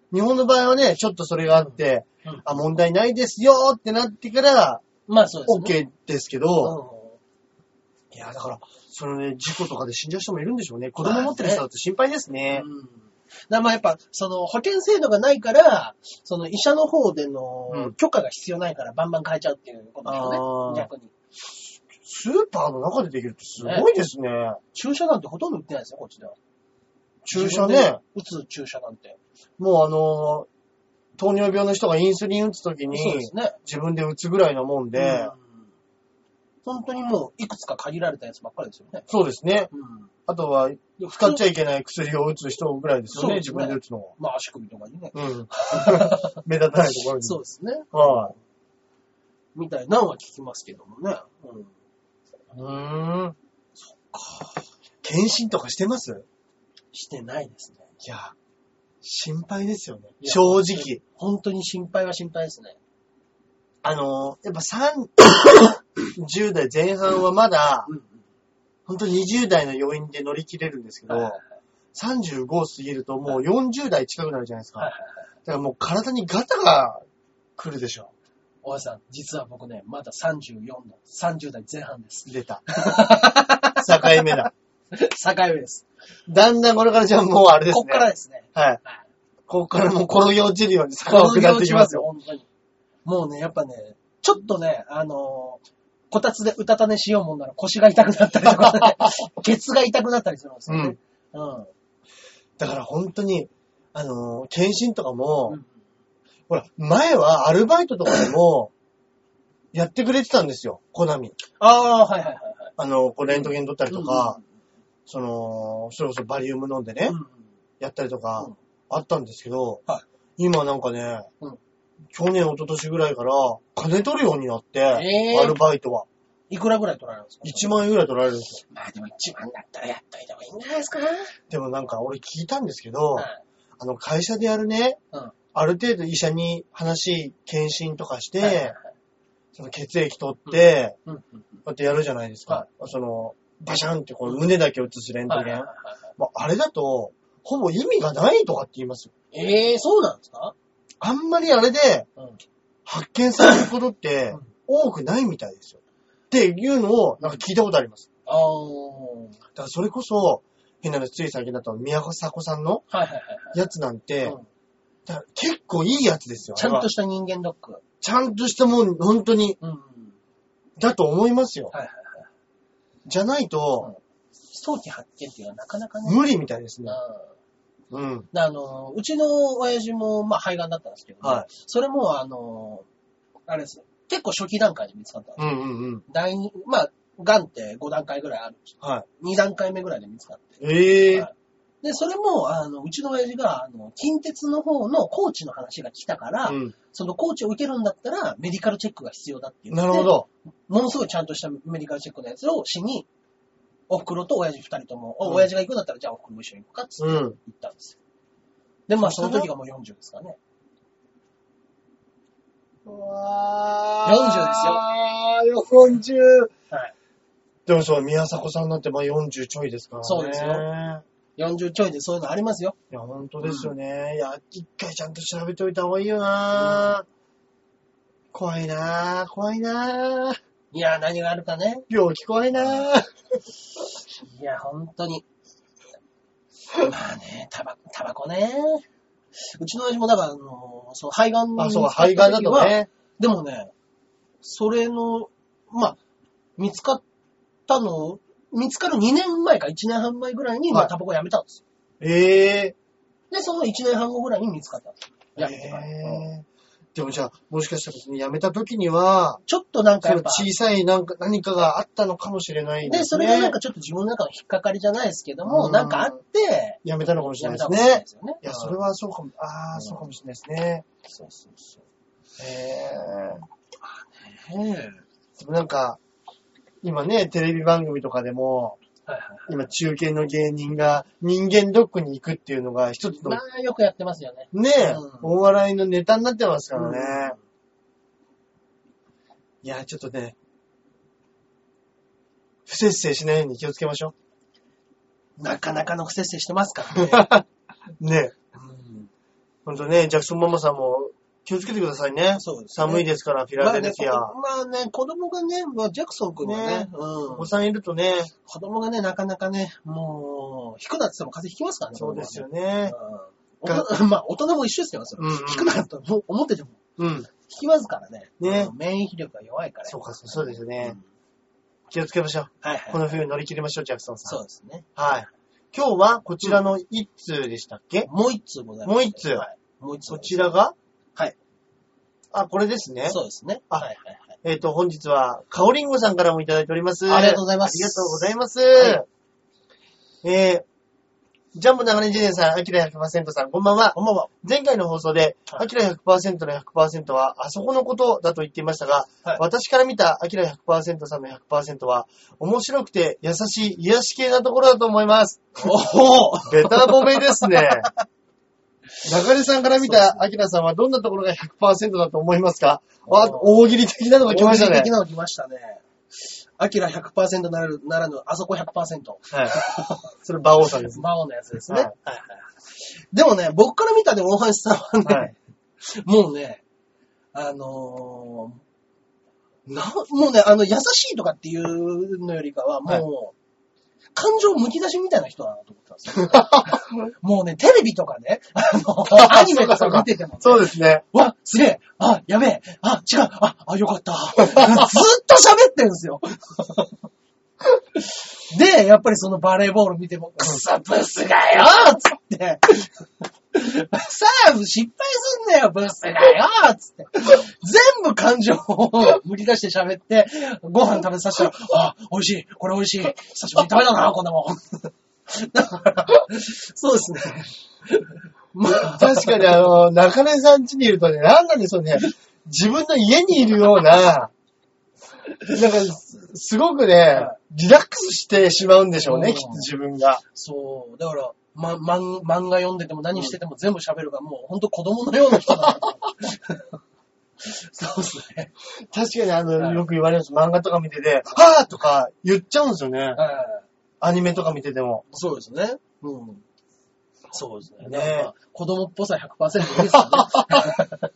S2: 日本の場合はね、ちょっとそれがあって、うんうん、あ、問題ないですよってなってから、
S1: まあそうですね。
S2: OK ですけど、うん、いや、だから、そのね、事故とかで死んじゃう人もいるんでしょうね。子供持ってる人だと心配ですね。
S1: うん、だまあやっぱ、その保険制度がないから、その医者の方での許可が必要ないからバンバン変えちゃうっていうことでしょうね、逆に。
S2: スーパーの中でできるってすごいですね。ね、
S1: 注射なんてほとんど売ってないですよ、こっちでは。
S2: 注射ね。
S1: 打つ注射なんて。
S2: もうあのー、糖尿病の人がインスリン打つときに、ね、自分で打つぐらいのもんで、うん、
S1: 本当にもういくつか限られたやつばっかりですよね。
S2: そうですね。うん、あとは、使っちゃいけない薬を打つ人ぐらいですよね、自分で打つのは。
S1: まあ足首とかにね。
S2: うん。目立たないところに。
S1: そうですね。
S2: はい。
S1: みたいなのは聞きますけどもね。
S2: うん。うーん。そっか。検診とかしてます？
S1: してないですね。
S2: いや、心配ですよね。正直。
S1: 本当に心配は心配ですね。
S2: あのー、やっぱさんじゅう代前半はまだ、うん、本当ににじゅう代の余韻で乗り切れるんですけど、はいはいはい、さんじゅうご過ぎるともうよんじゅう代近くなるじゃないですか。はいはいはい、だからもう体にガタが来るでしょ。
S1: 大橋さん、実は僕ね、まださんじゅうよんのさんじゅう代前半です。
S2: 出た。境目だ。
S1: 境目です。
S2: だんだんこれからじゃあもうあれですね。
S1: こっからですね。
S2: はい。はい、こっからもう転げ落ちるように坂を下っていきますよ。
S1: 本当に。もうね、やっぱね、ちょっとね、あのー、こたつでうたた寝しようもんなら腰が痛くなったりとかね、ケツが痛くなったりするんですよね。うん。うん、
S2: だから本当に、あのー、検診とかも、うん、ほら、前はアルバイトとかでも、やってくれてたんですよ、コナミ。
S1: ああ、はいはいはい。
S2: あの、こうレントゲン取ったりとか、うん、その、それこそバリウム飲んでね、うん、やったりとか、うん、あったんですけど、はい、今なんかね、うん、去年、一昨年ぐらいから、金取るようになって、えー、アルバイトは。
S1: いくらぐらい取られるんですか？
S2: いち 万円ぐらい取られるんですよ。
S1: まあでもいちまんだったらやっといた方がいいんじゃないですか？
S2: でもなんか俺聞いたんですけど、はい、あの会社でやるね、うん、ある程度医者に話、検診とかして、はいはいはい、その血液取って、うんうんうん、こうやってやるじゃないですか。はい、その、バシャンってこう胸だけ映すレントゲン。はいはいはいはい、まあ、あれだと、ほぼ意味がないとかって言いますよ。
S1: ええー、そうなんですか？
S2: あんまりあれで、うん発見されることって多くないみたいですよ。っていうのをなんか聞いたことあります。ああ。だからそれこそ、変なのつい最近だった宮迫さんのやつなんて、はいはいはいはい、だから結構いいやつですよ。
S1: ちゃんとした人間ドック。
S2: ちゃんとしたもん、本当に、うん、だと思いますよ。はいはいはい、じゃないと、
S1: うん、早期発見っていうのはなかなかね。
S2: 無理みたいですね。
S1: うん。あの、うちの親父も、まあ、肺がんだったんですけど、ね、はい。それも、あの、あれです。結構初期段階で見つかったんですよ。うんうんうん。第二、まあ、癌ってご段階ぐらいあるんですよ。はい。に段階目ぐらいで見つかって。ええーはい。で、それも、あの、うちの親父が、あの、近鉄の方のコーチの話が来たから、うん、そのコーチを受けるんだったら、メディカルチェックが必要だっていう。
S2: なるほど。
S1: ものすごいちゃんとしたメディカルチェックのやつをしに、お袋と親父二人とも、うん、親父が行くんだったら、じゃあお袋も一緒に行くかっつって行ったんですよ。うん、で、まあその時がもうよんじゅうですからね。
S2: うわー。
S1: よんじゅうですよ。
S2: あー、よんじゅう。はい。でもそう、宮迫さんなんてまあよんじゅうちょいですからね。
S1: そうですよ。よんじゅうちょいでそういうのありますよ。
S2: いや、ほんとですよね。うん、いや、一回ちゃんと調べておいた方がいいよな、うん、怖いな怖いない
S1: や、何があるかね。
S2: 病気怖いない
S1: や、ほんとに。まあね、タバコ、タバコね。うちの親父もだから、あの、その肺がん
S2: に。あ、そう、肺がんだとね。
S1: でもね、それの、まあ、見つかったの、見つかるにねんまえかいちねんはん前ぐらいに、まあ、タバコやめたんですよ。ええー。で、そのいちねんはん後ぐらいに見つかったんですよ。やめてから。えー
S2: でもじゃあ、もしかしたら辞めた時には、
S1: ちょっとなんかやっぱ、
S2: 小さいなんか何かがあったのかもしれないですね。
S1: で、それがなんかちょっと自分の中の引っかかりじゃないですけども、なんかあって、
S2: 辞めたのかもしれないですね。辞めたのかもしれないですよね。いや、それはそうかも、ああ、そうかもしれないですね。そうそうそう。へぇー。ねえ。でもなんか、今ね、テレビ番組とかでも、はいはいはい、今中堅の芸人が人間ドックに行くっていうのが一つの。
S1: まあよくやってますよね。
S2: ねえ、うん、お笑いのネタになってますからね。うん、いや、ちょっとね、不摂生しないように気をつけましょ
S1: う。なかなかの不摂生してますからね。
S2: ねえ、
S1: うん。
S2: ほんとね、ジャクソンママさんも気をつけてくださいね。
S1: そうですね。
S2: 寒いですから、フィラデルフィア。
S1: まあね、まあね、子供がね、まあ、ジャクソン君がね、
S2: ね
S1: うん。
S2: お子さんいるとね。
S1: 子供がね、なかなかね、もう、引くなって言っても風邪ひきますからね。
S2: そうですよね。
S1: うん、まあ、大人も一緒ですよ、それ。
S2: うんうん、
S1: 引くなと思ってても。
S2: うん。
S1: 引きますからね。
S2: ね。
S1: 免疫力が弱いから。
S2: そうか、そうですよね、
S1: うん。
S2: 気をつけましょう。
S1: はいはい。
S2: この冬乗り切りましょう、ジャクソンさん。
S1: そうですね。
S2: はい。今日はこちらの一通でしたっけ、
S1: うん、もう一通ございます。
S2: もう一通。
S1: はい。もう一通。
S2: こちらが
S1: はい。
S2: あ、これですね。
S1: そうですね。
S2: あ、
S1: はいはいはい。
S2: えっ、ー、と、本日は、かおりんごさんからもいただいております。
S1: ありがとうございます。
S2: ありがとうございます。はい、えー、ジャンボ長年ジェネさん、アキラ ひゃくパーセント さん、こんばんは。
S1: こんばんは。
S2: 前回の放送で、アキラ ひゃくパーセント の ひゃくパーセント は、あそこのことだと言っていましたが、はい、私から見たアキラ ひゃくパーセント さんの ひゃくパーセント は、面白くて優しい癒し系なところだと思います。
S1: おお
S2: ベタ褒めですね。中根さんから見たアキラさんはどんなところが ひゃくパーセント だと思いますか？あ、大喜利的なのが来ましたね。
S1: 大喜利的なの来ましたね。アキラ ひゃくパーセント なる、ならぬ、あそこ ひゃくパーセント。
S2: はい。それ、馬王さんです。
S1: 馬王のやつですね。はい。はいはい、でもね、僕から見たでも大橋さんはね、はい、もうね、あのー、な、もうね、あの、優しいとかっていうのよりかは、もう、はい、感情むき出しみたいな人だなと思ってますよ。もうね、テレビとかね、あの、アニメとか見てても、ね、
S2: そうですね。
S1: わ、すげえ、あ、やべえ、あ、違う、あ、あ、よかった。ずっと喋ってるんですよ。で、やっぱりそのバレーボール見ても、クソブスがよつって、さあ、失敗すんだよ、ブスがよつって、全部感情をむき出して喋って、ご飯食べさせたら、あ、美味しい、これ美味しい、久しぶりに食べたな、こんなもん。だから、そうですね。
S2: まあ、確かにあの、中根さん家にいるとね、なんなんでしょうね、自分の家にいるような、なんか、すごくね、リラックスしてしまうんでしょうね、きっと自分が。そう。
S1: だから、ま、漫画読んでても何してても全部喋るが、もうほんと子供のような人だな。そうですね。
S2: 確かにあの、はい、よく言われるんです。漫画とか見てて、はぁとか言っちゃうんですよね。はい、アニメとか見てても。
S1: そうですね。うん。そうですね。ね、まあ、子供っぽさ ひゃくパーセント いいですよね。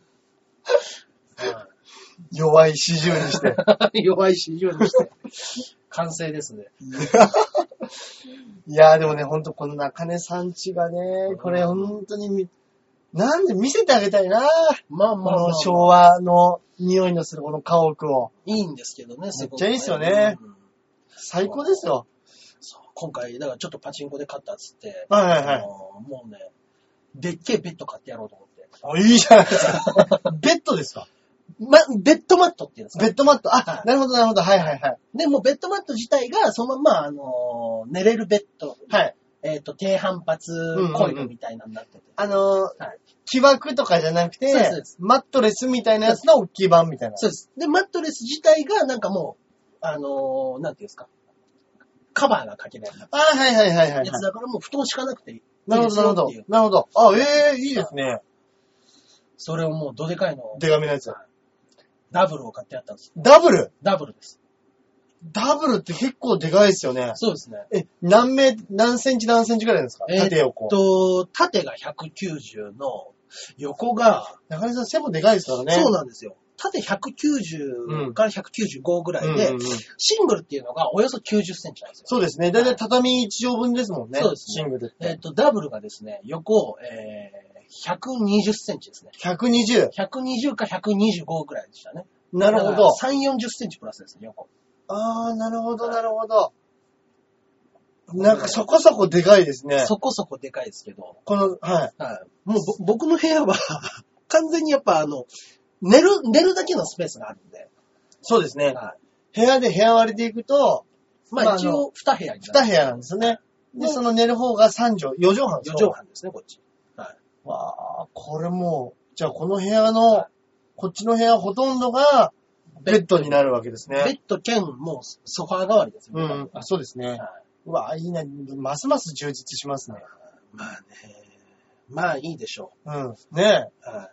S2: 弱い四十にして。
S1: 弱い四十にして。完成ですね。
S2: いやーでもね、ほんとこの中根さんちがね、これほんとに、なんで見せてあげたいなぁ。まあまあ、まあ。この昭和の匂いのするこの家屋を。
S1: いいんですけどね、
S2: めっちゃいいっすよね。うん、最高ですよ。
S1: そう今回、だからちょっとパチンコで買ったっつって。
S2: はいはいはい。
S1: もうね、でっけえベッド買ってやろうと思って。
S2: あ、いいじゃないですか。ベッドですか？
S1: ま、ベッドマットっていうんですか？
S2: ベッドマット。あ、はい、なるほどなるほど。はいはいはい。
S1: で、もうベッドマット自体が、そのまま、あのー、寝れるベッド。
S2: はい。
S1: えっ、ー、と、低反発コイルみたいなのになってて。
S2: うんうんうん、あのー、はい、木枠とかじゃなくて、そうです。マットレスみたいなやつの大きい版みたいな。
S1: そうです。で、マットレス自体が、なんかもう、あのー、なんていうんですか。カバーがかけられる。
S2: あ、はいはいはいはい、はい。
S1: やつだからもう布団敷かなくていい。
S2: なるほどなるほど。なるほど。あ、ええー、いいですね。
S1: それをもうどでかいの。
S2: デカめのやつ。
S1: ダブルを買ってやったんです。
S2: ダブル？
S1: ダブルです。
S2: ダブルって結構でかいですよね。
S1: そうですね。
S2: え、何メ、何センチ何センチぐらいですか？縦横。
S1: えっと、縦がひゃくきゅうじゅうの、横が。
S2: 中根さん背もでかいですからね。
S1: そうなんですよ。縦ひゃくきゅうじゅうからひゃくきゅうじゅうごぐらいで、うんうんうん、シングルっていうのがおよそきゅうじゅっセンチなんですよ。
S2: そうですね。だいたい畳いち畳分ですもんね。
S1: そうです
S2: ね。シングルって。
S1: えっと、ダブルがですね、横、えー、ひゃくにじゅっセンチですね。
S2: ひゃくにじゅう。
S1: ひゃくにじゅうかひゃくにじゅうごぐらいでしたね。
S2: なるほど。
S1: さんじゅう、よんじゅっセンチプラスですね、横。
S2: あー、なるほど、なるほど。なんかそこそこでかいですね。
S1: そこそこでかいですけど。
S2: この、はい。
S1: はい。もう僕の部屋は、完全にやっぱあの、寝る、寝るだけのスペースがあるんで。
S2: そうですね。はい、部屋で部屋割りでいくと、
S1: まあ、まあ、一応に部屋になる。
S2: に部屋なんですね。で、その寝る方がさん畳、よ畳半です。
S1: よ畳半ですね、こっち。
S2: はい。わあ、これもう、じゃあこの部屋の、はい、こっちの部屋ほとんどが、ベッドになるわけですね。
S1: ベッド兼、もうソファー代わりですね。
S2: うん。あ、そうですね。はい、うわ、いいね。ますます充実しますね。
S1: まあね。まあいいでしょ
S2: う。うん。ね
S1: え。はい。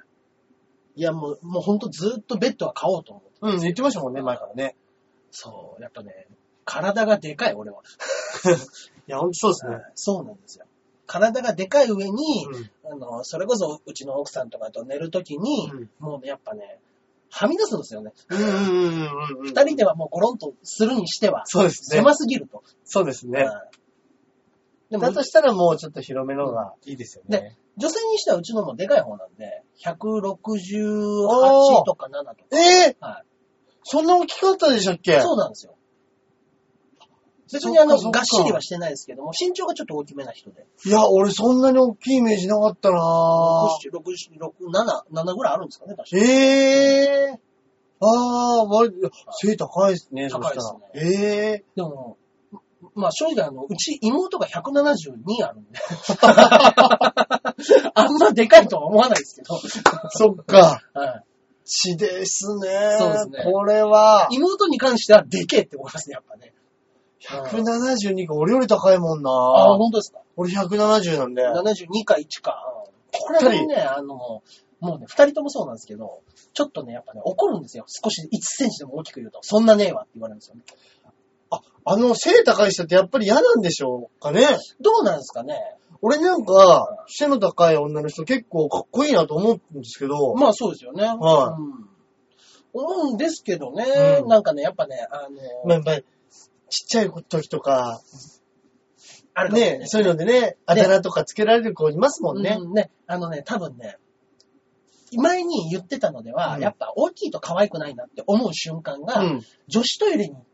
S1: いやもう、もうほんとずっとベッドは買おうと思って。
S2: うん、言ってましたもんね、前からね。
S1: そう。やっぱね、体がでかい、俺は。
S2: いや、ほんとそうですね、
S1: はい。そうなんですよ。 体がでかい上に、
S2: うん、
S1: あの、それこそうちの奥さんとかと寝るときに、うん、もうね、やっぱね、はみ出すんですよね。
S2: うんうんうんうん、
S1: 二人ではもうゴロンとするにしては、
S2: そうですね。
S1: 狭すぎると。
S2: そうですね。でもだとしたらもうちょっと広めの方がいいですよね。で、
S1: 女性にしてはうちのもでかい方なんで、ひゃくろくじゅうはちとかななとか。
S2: えー、はい。そんな大きかったでしたっけ？
S1: そうなんですよ。別にあの、がっしりはしてないですけども、身長がちょっと大きめな人で。
S2: いや、俺そんなに大きいイメージなかったなぁ。
S1: ろく、ろく、なな、ななぐらいあるんですかね、確かに。
S2: ええー。ああ、割、背高いですね、
S1: 高いですね。
S2: ええー。
S1: でも、まあ正直あの、うち妹がひゃくななじゅうにあるんで。あんまでかいとは思わないですけど。
S2: そっか。
S1: はい。
S2: 血ですね。
S1: そうですね。
S2: これは。
S1: 妹に関してはでけえって思いますね、やっぱね。
S2: ひゃくななじゅうにか、俺より高いもんな。
S1: ああ、本当ですか。
S2: 俺ひゃくななじゅうなんで。
S1: ななじゅうにかいちか。これはね、あの、もうね、二人ともそうなんですけど、ちょっとね、やっぱね、怒るんですよ。少しいちセンチでも大きく言うと。そんなねえわって言われるんですよね。
S2: あ、あの、背高い人ってやっぱり嫌なんでしょうかね。
S1: どうなんですかね。
S2: 俺なんか、背の高い女の人結構かっこいいなと思うんですけど。
S1: まあそうですよね。
S2: はい。
S1: うん、思うんですけどね、うん。なんかね、やっぱね、あのー、
S2: まあ、やっぱり、ちっちゃい時とか、あるね、ね、そういうのでね、あだ名とかつけられる子いますもんね。
S1: うんね、あのね、多分ね、前に言ってたのでは、うん、やっぱ大きいと可愛くないなって思う瞬間が、うん、女子トイレに行って、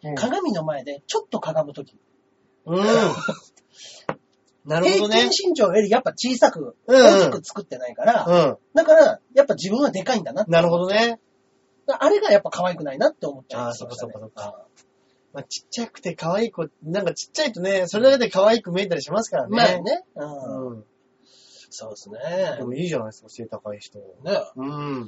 S1: うん、鏡の前でちょっとかがむとき。
S2: うん。なるほどね。
S1: 平均身長よりやっぱ小さく、大きく作ってないから、うんうん、だから、やっぱ自分はでかいんだなって。
S2: なるほどね。
S1: あれがやっぱ可愛くないなって思っちゃう、ね。
S2: ああ、そっかそっかそっか。まあ、ちっちゃくて可愛い子、なんかちっちゃいとね、それだけで可愛く見えたりしますからね。
S1: まあね。うん。うん、そうですね。
S2: でもいいじゃないですか、背高い人。ね。
S1: うん。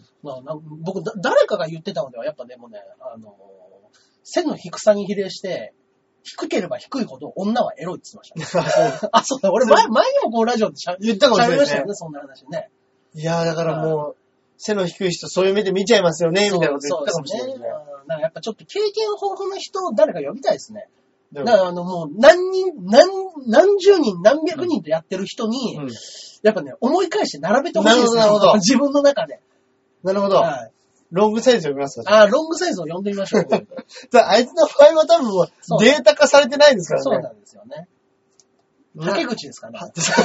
S1: なな僕だ、誰かが言ってたのでは、やっぱでもね、あの、背の低さに比例して、低ければ低いほど女はエロいって言ってました、ね。あ、そうだ。俺前、前にもこうラジオでしゃ
S2: 言ったかもしれない
S1: ですね。そんな話ね。
S2: いやー、だからもう、背の低い人、そういう目で見ちゃいますよね、みたいなこと言ったかもしれないですね。
S1: なんかやっぱちょっと経験豊富な人を誰か呼びたいですね。だからあのもう何人、何、何十人、何百人とやってる人に、うん、やっぱね、思い返して並べてほしいですね。なるほど。自分の中で。
S2: なるほど。はい。ロングサイズ呼びます
S1: か？ああ、ロングサイズを呼んでみましょう。
S2: あいつの場合は多分もうデータ化されてないですからね。
S1: そうなんですよね。竹口ですかね。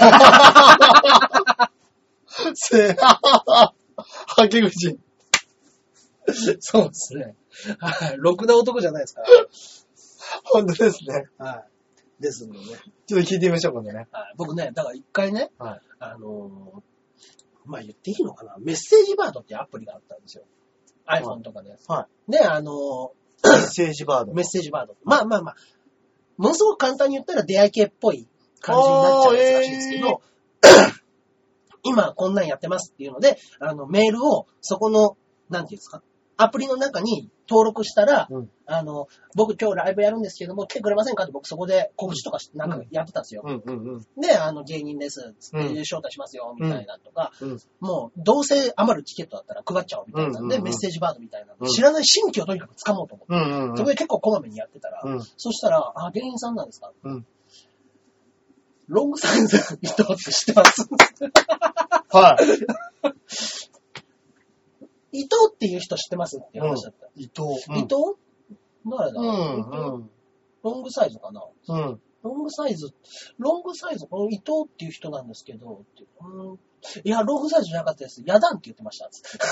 S2: せはけ口。
S1: そうですね。はい。ろくな男じゃないですか。
S2: 本当ですね。
S1: はい。ですのでね。
S2: ちょっと聞いてみましょう、今度ね。
S1: はい。僕ね、だから一回ね、はい、あのー、まあ、言っていいのかな、メッセージバードってアプリがあったんですよ。はい、iPhone とかで。はい。で、あのー、
S2: メッセージバード。
S1: メッセージバード。まあまあまあ、ものすごく簡単に言ったら出会い系っぽい感じになっちゃうやつらしいんですけど、今こんなんやってますっていうので、あの、メールをそこの、なんていうんですか、アプリの中に登録したら、うん、あの、僕今日ライブやるんですけども、来てくれませんかって僕そこで告知とかなんかやってたんですよ。うんうんうん、で、あの、芸人です、つって招待しますよ、みたいなとか、うん、もう、どうせ余るチケットだったら配っちゃおうみたいなんで、うんうんうん、メッセージバードみたいな、うん、知らない新規をとにかく掴もうと思って、うんうんうん、そこで結構こまめにやってたら、うん、そしたら、あ、芸人さんなんですか、うん、ロングサイズの人って知ってます
S2: はい。
S1: 伊藤っていう人知ってますって話だった。
S2: うん、伊藤。
S1: 伊藤、うん、誰だ、うんうん、ロングサイズかな、うん、ロングサイズ、ロングサイズ、この伊藤っていう人なんですけど、ってうん、いや、ロングサイズじゃなかったです。ヤダンって言ってました。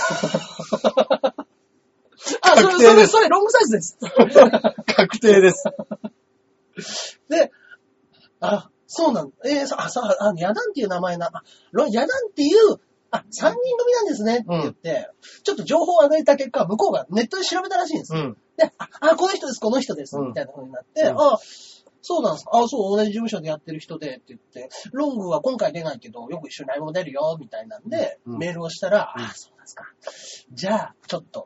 S1: あ、それ、それ、それ、ロングサイズです。
S2: 確定です。
S1: で、あ、そうなんだ。えー、あ、さあ、ヤダンっていう名前な、あ、ヤダンっていう、あ、さんにん組なんですねって言って、うん、ちょっと情報を上げた結果、向こうがネットで調べたらしいんですよ。うん、で、あ、あ、この人です、この人です、うん、みたいな風になって、うん、あ、そうなんですか、あ、そう、同じ事務所でやってる人でって言って、ロングは今回出ないけど、よく一緒にライブも出るよ、みたいなんで、うん、メールをしたら、うん、あ、そうなんですか。じゃあ、ちょっと。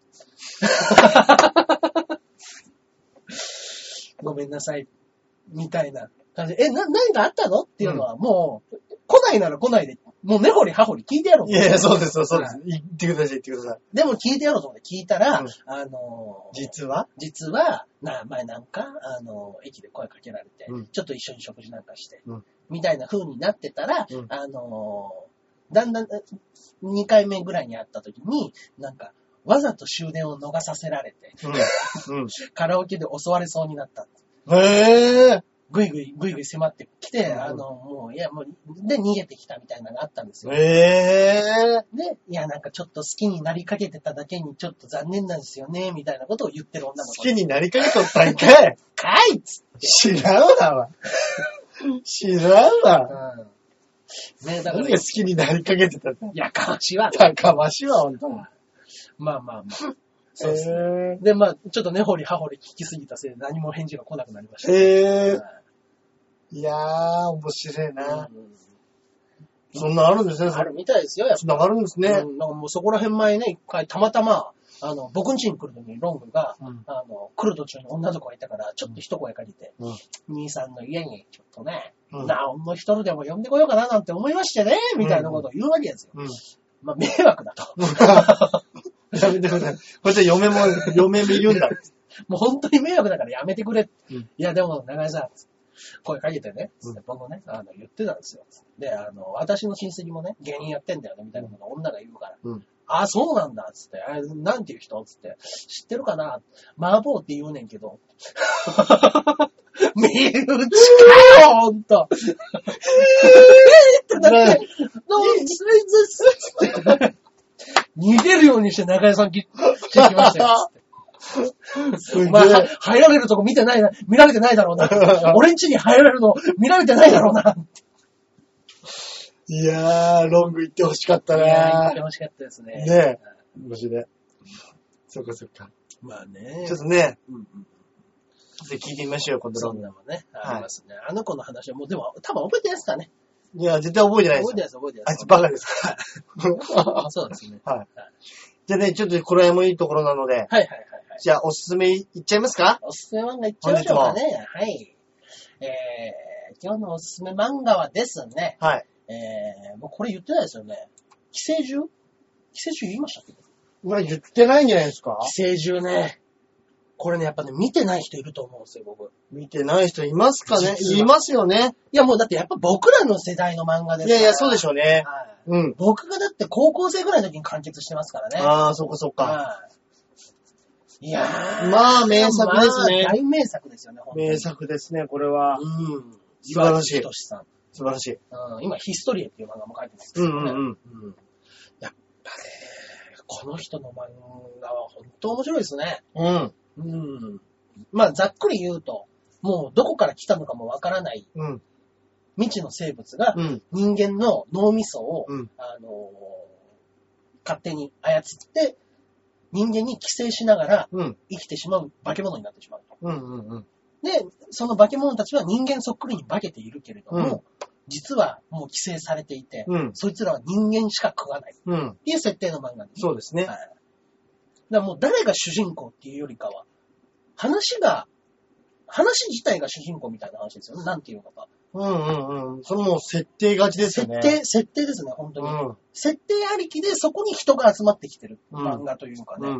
S1: ごめんなさい、みたいな感じで、え、な、何かあったのっていうのはもう、来ないなら来ないで、もう根掘り葉掘り聞いてやろう。
S2: いやいや、そうですよ、そうです。言ってください、言ってください。
S1: でも聞いてやろうと思って聞いたら、うん、あの
S2: ー、実は
S1: 実は、な、前なんか、あのー、駅で声かけられて、うん、ちょっと一緒に食事なんかして、うん、 みたいな風になってたら、
S2: うん、
S1: あのー、だんだんにかいめぐらいに会った時に、なんか、わざと終電を逃させられて、うんうん、カラオケで襲われそうになった。
S2: へぇー。
S1: ぐいぐい、ぐいぐい迫ってきて、うん、あの、もう、いや、もう、で、逃げてきたみたいなのがあったんですよ。
S2: へぇー。
S1: で、いや、なんかちょっと好きになりかけてただけにちょっと残念なんですよね、みたいなことを言ってる女の子。
S2: 好きになりかけとったんかい
S1: かいっつって。
S2: 知らんわ。知らんわ。
S1: うん。ね、だから。
S2: 何が好きになりかけてたんだ。
S1: やかましいわ。
S2: やかましいわ、ほんとに。
S1: まあまあまあ。そうですね。で、まあ、ちょっと根掘り葉掘り聞きすぎたせいで何も返事が来なくなりました、ね。
S2: へぇー。いやー、面白いな、うん。そんなあるんですね。
S1: あるみたいですよ、やっぱ。
S2: そんなあるんですね。
S1: うん、なんかもうそこら辺前ね、一回たまたま、あの、僕ん家に来るのにロングが、うん、あの、来る途中に女の子がいたから、ちょっと一声かけて、うん、兄さんの家に、ちょっとね、うん、なおの一人でも呼んでこようかななんて思いましてね、みたいなことを言うわけですよ。うん、まあ、迷惑だと。
S2: やめてください。こいつは嫁も、嫁もいるんだ。
S1: もう本当に迷惑だからやめてくれ。うん、いや、でも、長井さん、声かけてね、つって僕ね、あの、言ってたんですよ。で、あの、私の親戚もね、芸人やってんだよね、みたいなことを女が言うから。うん、ああ、そうなんだ、つって。あれ、なんていう人つって。知ってるかな麻婆って言うねんけど。身内かよ、ほんと。えーってなって、どうも、すみません。逃げるようにして中井さん来てきましたよ、つって。お前、入られるとこ見てないな、見られてないだろうな。俺ん家に入られるの見られてないだろうな。
S2: いやー、ロング行ってほしかったな。いやー、
S1: 行ってほしかったですね。
S2: ねえ。面白い。そっかそっか。
S1: まあね。
S2: ちょっとね。うんうん。で、聞いてみましょうよ、今度
S1: そんなもね。ありますね。はい、あの子の話はもう、でも、多分覚えてないですかね。
S2: いや、絶対覚えてないです。
S1: 覚えてないです、覚えてないです。
S2: あいつバカですから。
S1: そうですね。
S2: はい。じゃあね、ちょっとこれもいいところなので。はい
S1: はいはい。
S2: じゃあ、おすすめいっちゃいますか？
S1: おすすめ漫画いっちゃいましょうかね。はい。えー、今日のおすすめ漫画はですね。
S2: はい。
S1: えー、僕これ言ってないですよね。寄生獣寄生獣言いましたっけ？
S2: うわ、言ってないんじゃないですか？
S1: 寄生獣ね。これね、やっぱね、見てない人いると思うんですよ、僕。
S2: 見てない人いますかね？いますよね。
S1: いや、もうだってやっぱ僕らの世代の漫画ですから。
S2: いやいや、そうでしょうね。
S1: はい。うん。僕がだって高校生ぐらいの時に完結してますからね。
S2: ああ、そっかそっか。
S1: はい。いやー。
S2: まあ、名作ですね。
S1: まあ、大名作ですよね、
S2: 本当に。名作ですね、これは。
S1: うん。
S2: 素晴らしい。
S1: 岩城さん。
S2: 素晴らしい。
S1: うん。今、ヒストリエっていう漫画も書いてますけどね。うんうんうん。うん、やっぱね、この人の漫画は本当面白いですね。
S2: うん。
S1: うん。まあ、ざっくり言うと、もうどこから来たのかもわからない、うん、未知の生物が人間の脳みそを、うん、あのー、勝手に操って、人間に寄生しながら生きてしまう化け物になってしまうと。うんうんうん、で、その化け物たちは人間そっくりに化けているけれども、うん、実はもう寄生されていて、うん、そいつらは人間しか食わない。っていう設定の漫画です。
S2: そうですね。はい、
S1: だからもう誰が主人公っていうよりかは、話が、話自体が主人公みたいな話ですよね。なんていうのか。
S2: うんうんうん。それもう設定勝ちですよね。
S1: 設定、設定ですね、本当に。うん、設定ありきでそこに人が集まってきてる漫画というかね。うん。うん、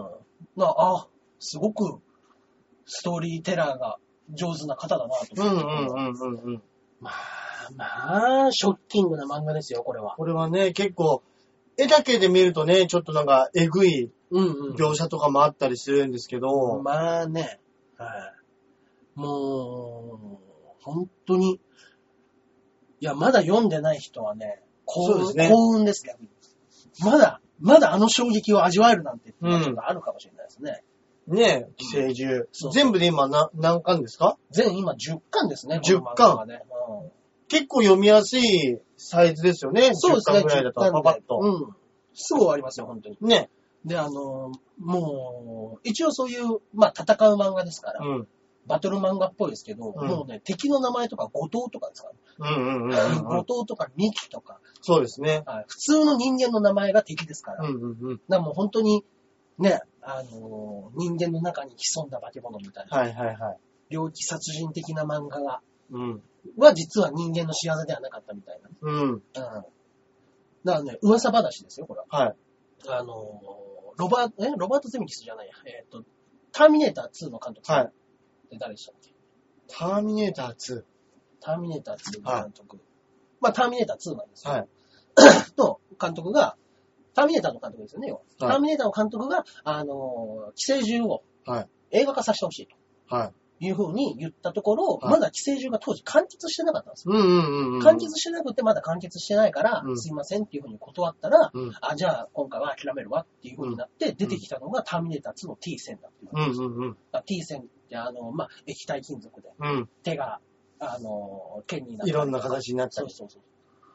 S1: なあ、すごくストーリーテラーが上手な方だなと思って。うんうんうんうん。まあまあ、ショッキングな漫画ですよ、これは。
S2: これはね、結構、絵だけで見るとね、ちょっとなんか、えぐい描写とかもあったりするんですけど。
S1: うんうん、まあね、はい。もう、本当に、いや、まだ読んでない人はね、幸運、ね、幸運ですね。まだ、まだあの衝撃を味わえるなんてっていうのがあるかもしれないですね。
S2: うん、ねえ、寄生獣。うん、そうそう全部で今な何巻ですか？
S1: 全今じゅっかんですね。
S2: じゅっかん、ねうん。結構読みやすいサイズですよね。
S1: そうですね。
S2: じゅっかんぐらいだとパパッと。
S1: うん。すぐ終わりますよ、本当に。
S2: ね。
S1: で、あの、もう、一応そういう、まあ戦う漫画ですから。うん。バトル漫画っぽいですけど、うん、もうね、敵の名前とか後藤とかですから、ね。うんうんうん、うん。後藤とか三木とか。
S2: そうですね。
S1: 普通の人間の名前が敵ですから。うんうんうん。だからもう本当に、ね、あのー、人間の中に潜んだ化け物みたいな。
S2: はいはいはい。
S1: 猟奇殺人的な漫画が、うん。は実は人間の仕業ではなかったみたいな。うん。うん。だからね、噂話ですよ、これは。はい。あのー、ロバート、えロバート・ゼミキスじゃないや。えっと、ターミネーターツーの監督さん。はい。誰でしたっけ？
S2: ターミネーターツー。
S1: ターミネーターツーの監督。はい、まあ、ターミネーターツーなんですよ。
S2: はい。
S1: と、監督が、ターミネーターの監督ですよね、要は。
S2: はい、
S1: ターミネーターの監督が、あのー、寄生獣を映画化させてほしいと。はい。いう風に言ったところ、はい、まだ寄生獣が当時完結してなかったんですよ。
S2: うんうんうんうん、
S1: 完結してなくてまだ完結してないから、うん、すいませんっていう風に断ったら、うん、あ、じゃあ今回は諦めるわっていう風になって、出てきたのがターミネーターツーの T 線だっていう話です。うんうんうん、T 線ってあの、まあ、液体金属で、うん、手が、あの、剣になって。
S2: いろんな形になったり。
S1: そうそうそう。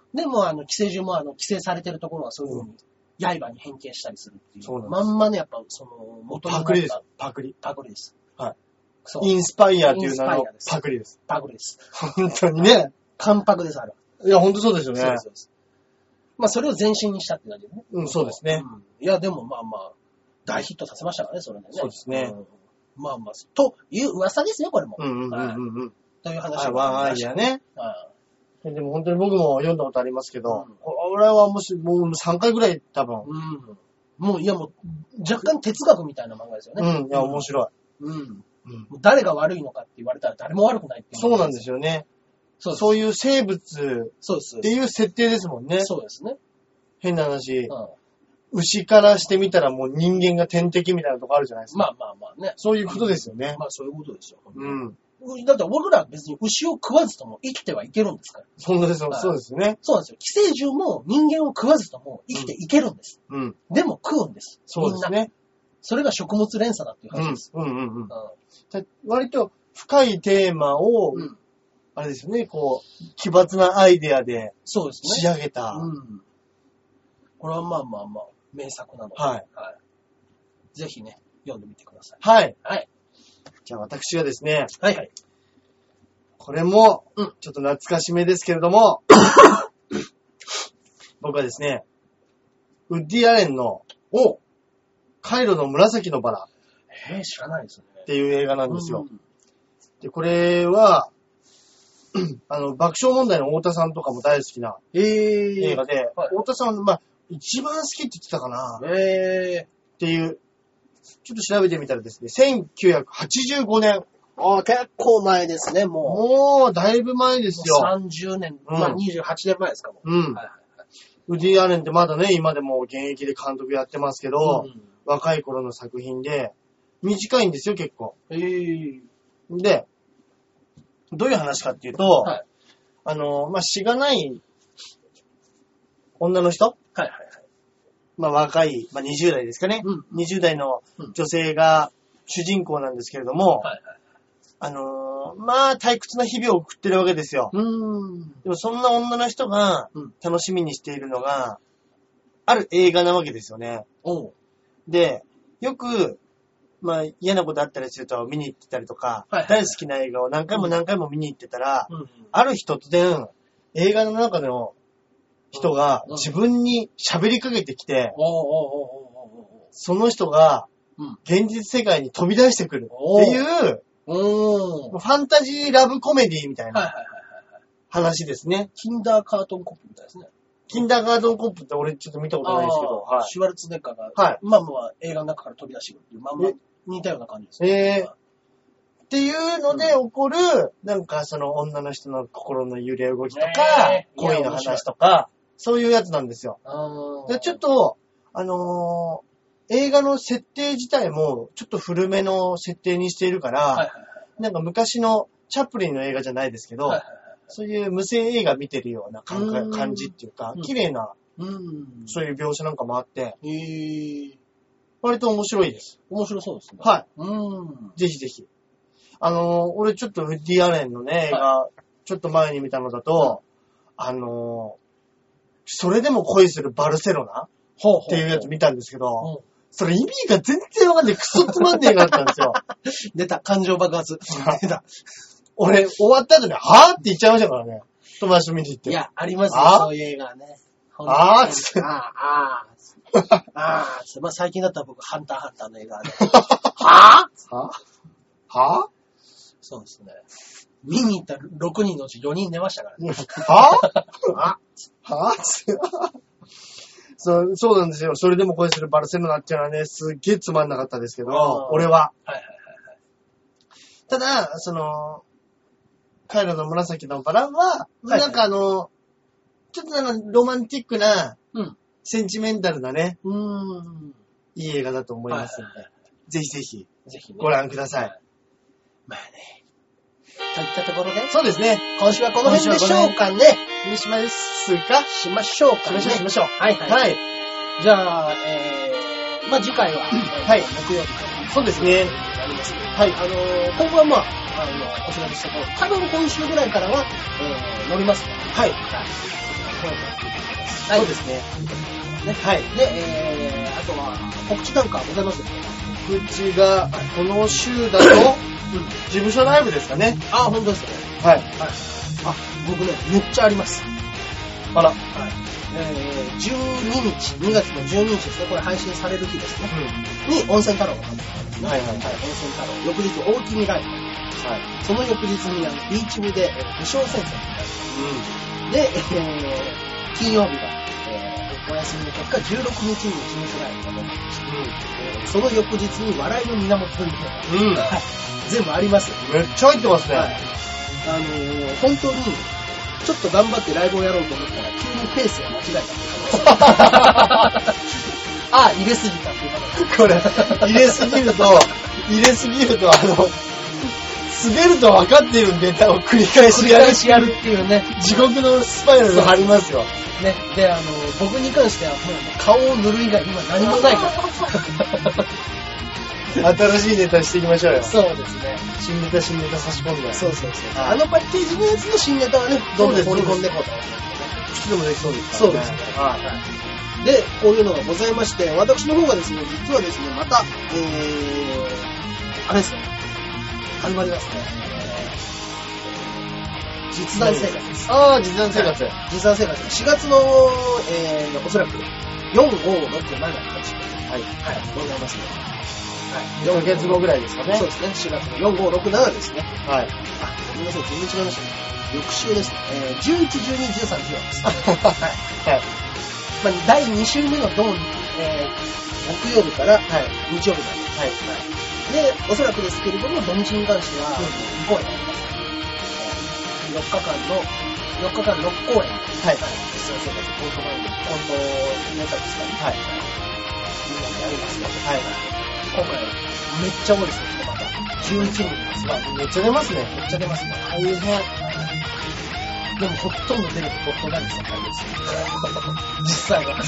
S1: でも、あの、寄生獣もあの、寄生されてるところはそういう風に、刃に変形したりするっていう。そうなんです。まんまね、やっぱ、その、元
S2: 々パクリです。パクリ。
S1: パクリです。
S2: はい。インスパイアっていう名のパクリです。
S1: パクリです。
S2: 本当にね。
S1: 完パクです、あれは。
S2: いや、本当そうですよね。そうです、そうです。
S1: まあ、それを前進にしたって感じでね。
S2: うん、そうですね。
S1: うん、いや、でもまあまあ、大ヒットさせましたからね、それでね。
S2: そうですね。うん、
S1: まあまあ、という噂ですよ、これも。
S2: うんうんうんうん。うん、
S1: という話を。
S2: ワンアイデアね。うん、でも本当に僕も読んだことありますけど、うん、俺はもし、もうさんかいぐらい多分。うん。
S1: もう、いやもう、若干哲学みたいな漫画ですよね。
S2: うん、いや、面白い。
S1: うん。うん、誰が悪いのかって言われたら誰も悪くないっていう。
S2: そうなんですよね。そうそういう生物っていう設定ですもんね。
S1: そうですね。
S2: 変な話、うん。牛からしてみたらもう人間が天敵みたいなとこあるじゃないですか。
S1: まあまあまあね。
S2: そういうことですよね。
S1: まあそういうことですよ。
S2: うん。
S1: だって僕ら別に牛を食わずとも生きてはいけるんですから。
S2: そうですよ、そうですね。
S1: そうなんですよ。寄生獣も人間を食わずとも生きていけるんです。うん。でも食うんです。
S2: そうですね。
S1: それが食物連鎖だっていう話です。
S2: うん、うん、うんうん。割と深いテーマを、うん、あれですよね、こう、奇抜なアイデアで仕上げた。
S1: そうですね。うん。これはまあまあまあ、名作なので、
S2: はい。
S1: はい。ぜひね、読んでみてください。
S2: はい。
S1: はい。
S2: じゃあ私がですね、
S1: はいはい。
S2: これも、ちょっと懐かしめですけれども、僕はですね、ウッディ・アレンの、
S1: お
S2: カイロの紫のバラ。
S1: えー、知らないですね。
S2: っていう映画なんですよ。うん、で、これは、あの、爆笑問題の太田さんとかも大好きな映画で、はい、太田さん、まあ、一番好きって言ってたかな。
S1: えー、
S2: っていう、ちょっと調べてみたらですね、せんきゅうひゃくはちじゅうごねん。
S1: ああ、結構前ですね、も
S2: う。もう、だいぶ前ですよ。
S1: さんじゅうねん、うん、まあにじゅうはちねんまえですかも。
S2: うん。はいはいはい、ウディ・アレンってまだね、今でも現役で監督やってますけど、うん、若い頃の作品で、短いんですよ、結構。
S1: えー、
S2: で、どういう話かっていうと、はい、あの、まあ、しがない女の人、
S1: はいはいはい、
S2: まあ、若い、まあ、にじゅう代ですかね、うん、にじゅう代の女性が主人公なんですけれども、はいはい、あのー、まあ、退屈な日々を送ってるわけですよ。
S1: うーん、
S2: でもそんな女の人が楽しみにしているのが、ある映画なわけですよね。
S1: おう
S2: で、よく、まあ、嫌なことあったりすると見に行ってたりとか、はいはいはい、大好きな映画を何回も何回も見に行ってたら、うんうん、ある日突然、映画の中の人が自分に喋りかけてきて、うんうん、その人が現実世界に飛び出してくるっていう、ファンタジーラブコメディみたいな話ですね。
S1: キンダーカートンコップみたいですね。
S2: キンダーガードンコップって俺ちょっと見たことないですけど、
S1: はい、シュワルツネッカーが、
S2: はい、
S1: まあまあ映画の中から飛び出してくるっていう、まあまあ似たような感じです
S2: ね。えー、っていうので起こる、うん、なんかその女の人の心の揺れ動きとか、えー、恋の話とか、そういうやつなんですよ。でちょっと、あのー、映画の設定自体もちょっと古めの設定にしているから、はいはいはい、なんか昔のチャップリンの映画じゃないですけど、はいはいはい、そういう無声映画見てるような感じっていうか、綺麗な、そういう描写なんかもあって、
S1: へー、
S2: 割と面白いです。
S1: 面白そうですね。
S2: はい。うん。ぜひぜひ。あのー、俺ちょっとウッディ・アレンのね、映画、はい、ちょっと前に見たのだと、あのー、それでも恋するバルセロナっていうやつ見たんですけど、ほうほうほう、それ意味が全然わかんない。クソつまんねえがあったんですよ。
S1: 出た。感情爆発。出た。
S2: 俺、終わった後に、はぁって言っちゃいましたからね。友達と見に行って。
S1: いや、ありますよ、そういう映画ね。
S2: あーつって。
S1: あー、あー。あー。まあ、最近だったら僕、ハンターハンターの映画で。はぁ
S2: はぁはぁ
S1: そうですね。見に行ったろくにんのうちよにん寝ましたからね。
S2: はぁはぁはぁそう、そうなんですよ。それでも恋するバルセロナっていうのはね、すっげえつまんなかったですけど、俺は。はいはいはいはい。ただ、その、 カイロの紫のバラは、はい、なんかあの、ちょっとあの、ロマンティックな、うん、センチメンタルなね、うーんいい映画だと思いますので、はい、ぜひぜひ、ぜひね、ご覧ください。はい、
S1: まあね。といったところで、
S2: そうですね。
S1: 今週はこの辺でしょうかね。
S2: にしますか
S1: しましょうかね。
S2: しましょう、しましょう。
S1: はいはい。はい。じゃあ、えー、まあ次回は、はい、木曜日と。
S2: そうですね。
S1: ありますね。はい。あのー、今後はまあ、あの、お知らせしたとおり、多分今週ぐらいからは、えー、乗りますね。
S2: はい。
S1: はい。
S2: そうですね。
S1: ね、はい。で、えー、あとは、告知なんかございますか？
S2: 告知が、この週だと、事務所ライブですかね。
S1: あ、本当ですね。
S2: はい。はい。
S1: あ、僕ね、めっちゃあります。
S2: あら。
S1: はい。えー、じゅうににち、にがつのじゅうににちですね。これ配信される日ですね。うん、に、温泉太郎が始まるんですね。はいはいはい。温泉太郎。翌日、大きにライブ。はい。その翌日に、あの、ビーチ部で、武将戦線うん。で、えー、金曜日が、お休みの結果、じゅうろくにちに事務所ライブが出ました。うんえー、その翌日に笑いの源というのが、うん、全部あります。
S2: めっちゃ入ってますね。はい、
S1: あのー、本当に、ちょっと頑張ってライブをやろうと思ったら、急にペースが間違えたっていうああ、入れすぎたっていう
S2: これ、入れすぎると、入れすぎると、あの、滑ると分かっているネタを繰り返しやる。繰り返し
S1: やるっていうね。
S2: 地獄のスパイラルが張りますよ。
S1: ね。で、あの、僕に関してはもう顔を塗る以外今何もないから。
S2: 新しいネタしていきましょうよ。
S1: そうですね。
S2: 新ネタ新ネタ差し込んで。
S1: そうそうそう。あのパッケージのやつの新ネタはね、どんどん放り込んでいこうと思ってね。
S2: いつでもできそうです
S1: からね。そうですね。はい。で、こういうのがございまして、私の方がですね、実はですね、また、えー、あれですね。始まりますね。実弾生活です。
S2: ああ、実弾生活。はい、
S1: 実弾生活。しがつの、えー、おそらく、よん、ご、ろく、なな、はち。はい。はい。ございますね。
S2: はい。よんかげつごぐらいですかね。
S1: そうですね。しがつのよん、ご、ろく、ななですね。
S2: はい。
S1: あ、ごめんなさい。全然違いましたね。翌週ですね。えー、じゅういち、じゅうに、じゅうさん、じゅうよんです。はい。はい。まあ、だいに週目の土、えー、木曜日から、はい、日曜日まで。はい。はい。で、おそらくですけれども、土日に関しては、にこうえんあります。よっかかんの、よっかかんろっこうえん。はい。実際生活、コント番組、コントネタですかね。はい。みんなでやりますので、はい。今回、めっちゃ多いですね、また。じゅういちにんですが、
S2: めっちゃ出ますね。
S1: めっちゃ出ますね。大変。でも、ほとんど出ると、ホットガニさんです。実際は。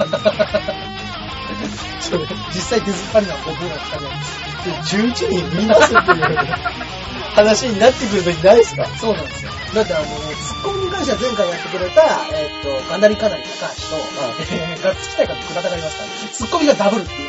S1: 実際出ずっぱりな僕らふたりなんです。
S2: じゅういちにん見ますっていう話になってくるときないですか？
S1: そうなんですよ。だってあの、ツッコミに関しては前回やってくれた、えー、っと、ガナリカナリ高橋と、えー、ガッツキ大会と倉田がいますから、ツッコミがダブルっていう。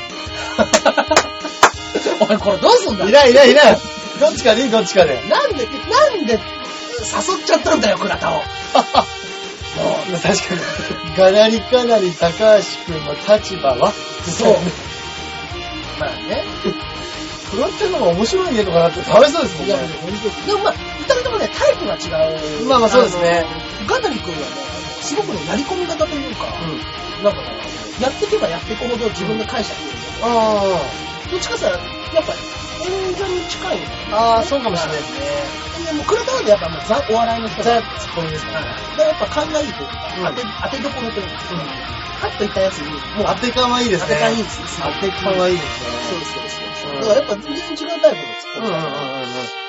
S1: おい、これどうすんだ？
S2: いないいないいない。どっちかでいい、どっちかで。
S1: なんで、なんで、誘っちゃったんだよ、倉田を。も
S2: う、確かに。ガナリカナリ高橋くんの立場は
S1: そう。まあね。
S2: フラってるのが面白いねとかなってかわいそうですもんね。いや、
S1: 本当に。でもまあ、二人ともね、タイプが違う。
S2: まあまあそうですね。
S1: ガナリくんはね、すごくね、やり込み型というか、うん、なんかね、やっていけばやっていくほど自分で解釈するので、ああ。どっちかさ、やっぱ演者に近い、ね。
S2: ああ、そうかもしれないですね。
S1: でも、倉田はやっぱもうザ・お笑いの人
S2: ザ・ツッコミですから。
S1: だからやっぱ勘がいいというか、うん、当て、当てどころというか、うんパッといったやつに、
S2: もう当て感はいいですね。
S1: 当て感いいです。
S2: 当て感はいいですね。
S1: そうそうそう。だからやっぱ全然違うタイプのツッコミだから、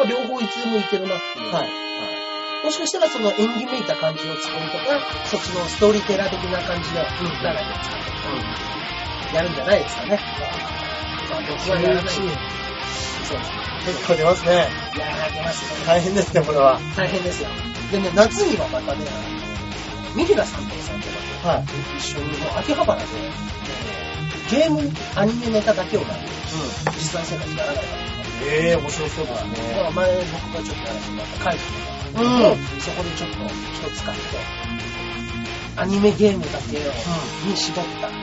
S1: 両方いつでもいけるなっていう。はい。もしかしたらその演技めいた感じのツッコミとか、そっちのストーリーテラー的な感じで、長いやつとか、やるんじゃないですかね。まあ僕はやらない。そうですね。
S2: 結構出ますね。
S1: いやー出ますね。
S2: 大変ですね、これは。
S1: 大変ですよ。でね、夏にはまたね、ミヒラさんとさんとかと、はい、一緒にもう秋葉原で、えー、ゲーム、アニメネタだけをやる、うん、実際生活やらないか
S2: ら。ええー、面白そうですね。
S1: だから前僕がちょっとやらせてもらった回とか、うん、そこでちょっと人使って、アニメゲームだけを、うん、に絞った、うん、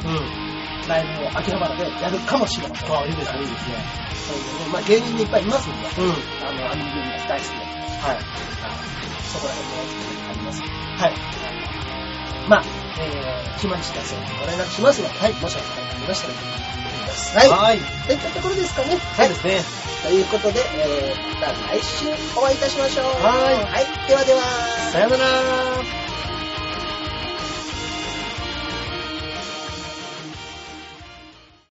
S1: ライブを秋葉原でやるかもしれません。
S2: ああ、いいですね、いいですね。
S1: そういうね、まあ芸人でいっぱいいますんで、うん、あの、アニメゲームが大好きで、はい。そこら辺のやつがあります。はい。まあ、えー、来ましたらご連絡しますので、はい、もしお時間がありましたら、 ます。はい。
S2: はい。
S1: といったところですかね。
S2: そうですね。
S1: ということで、えー、また来週お会いいたしましょう。
S2: はい。
S1: はい。ではでは。
S2: さよなら。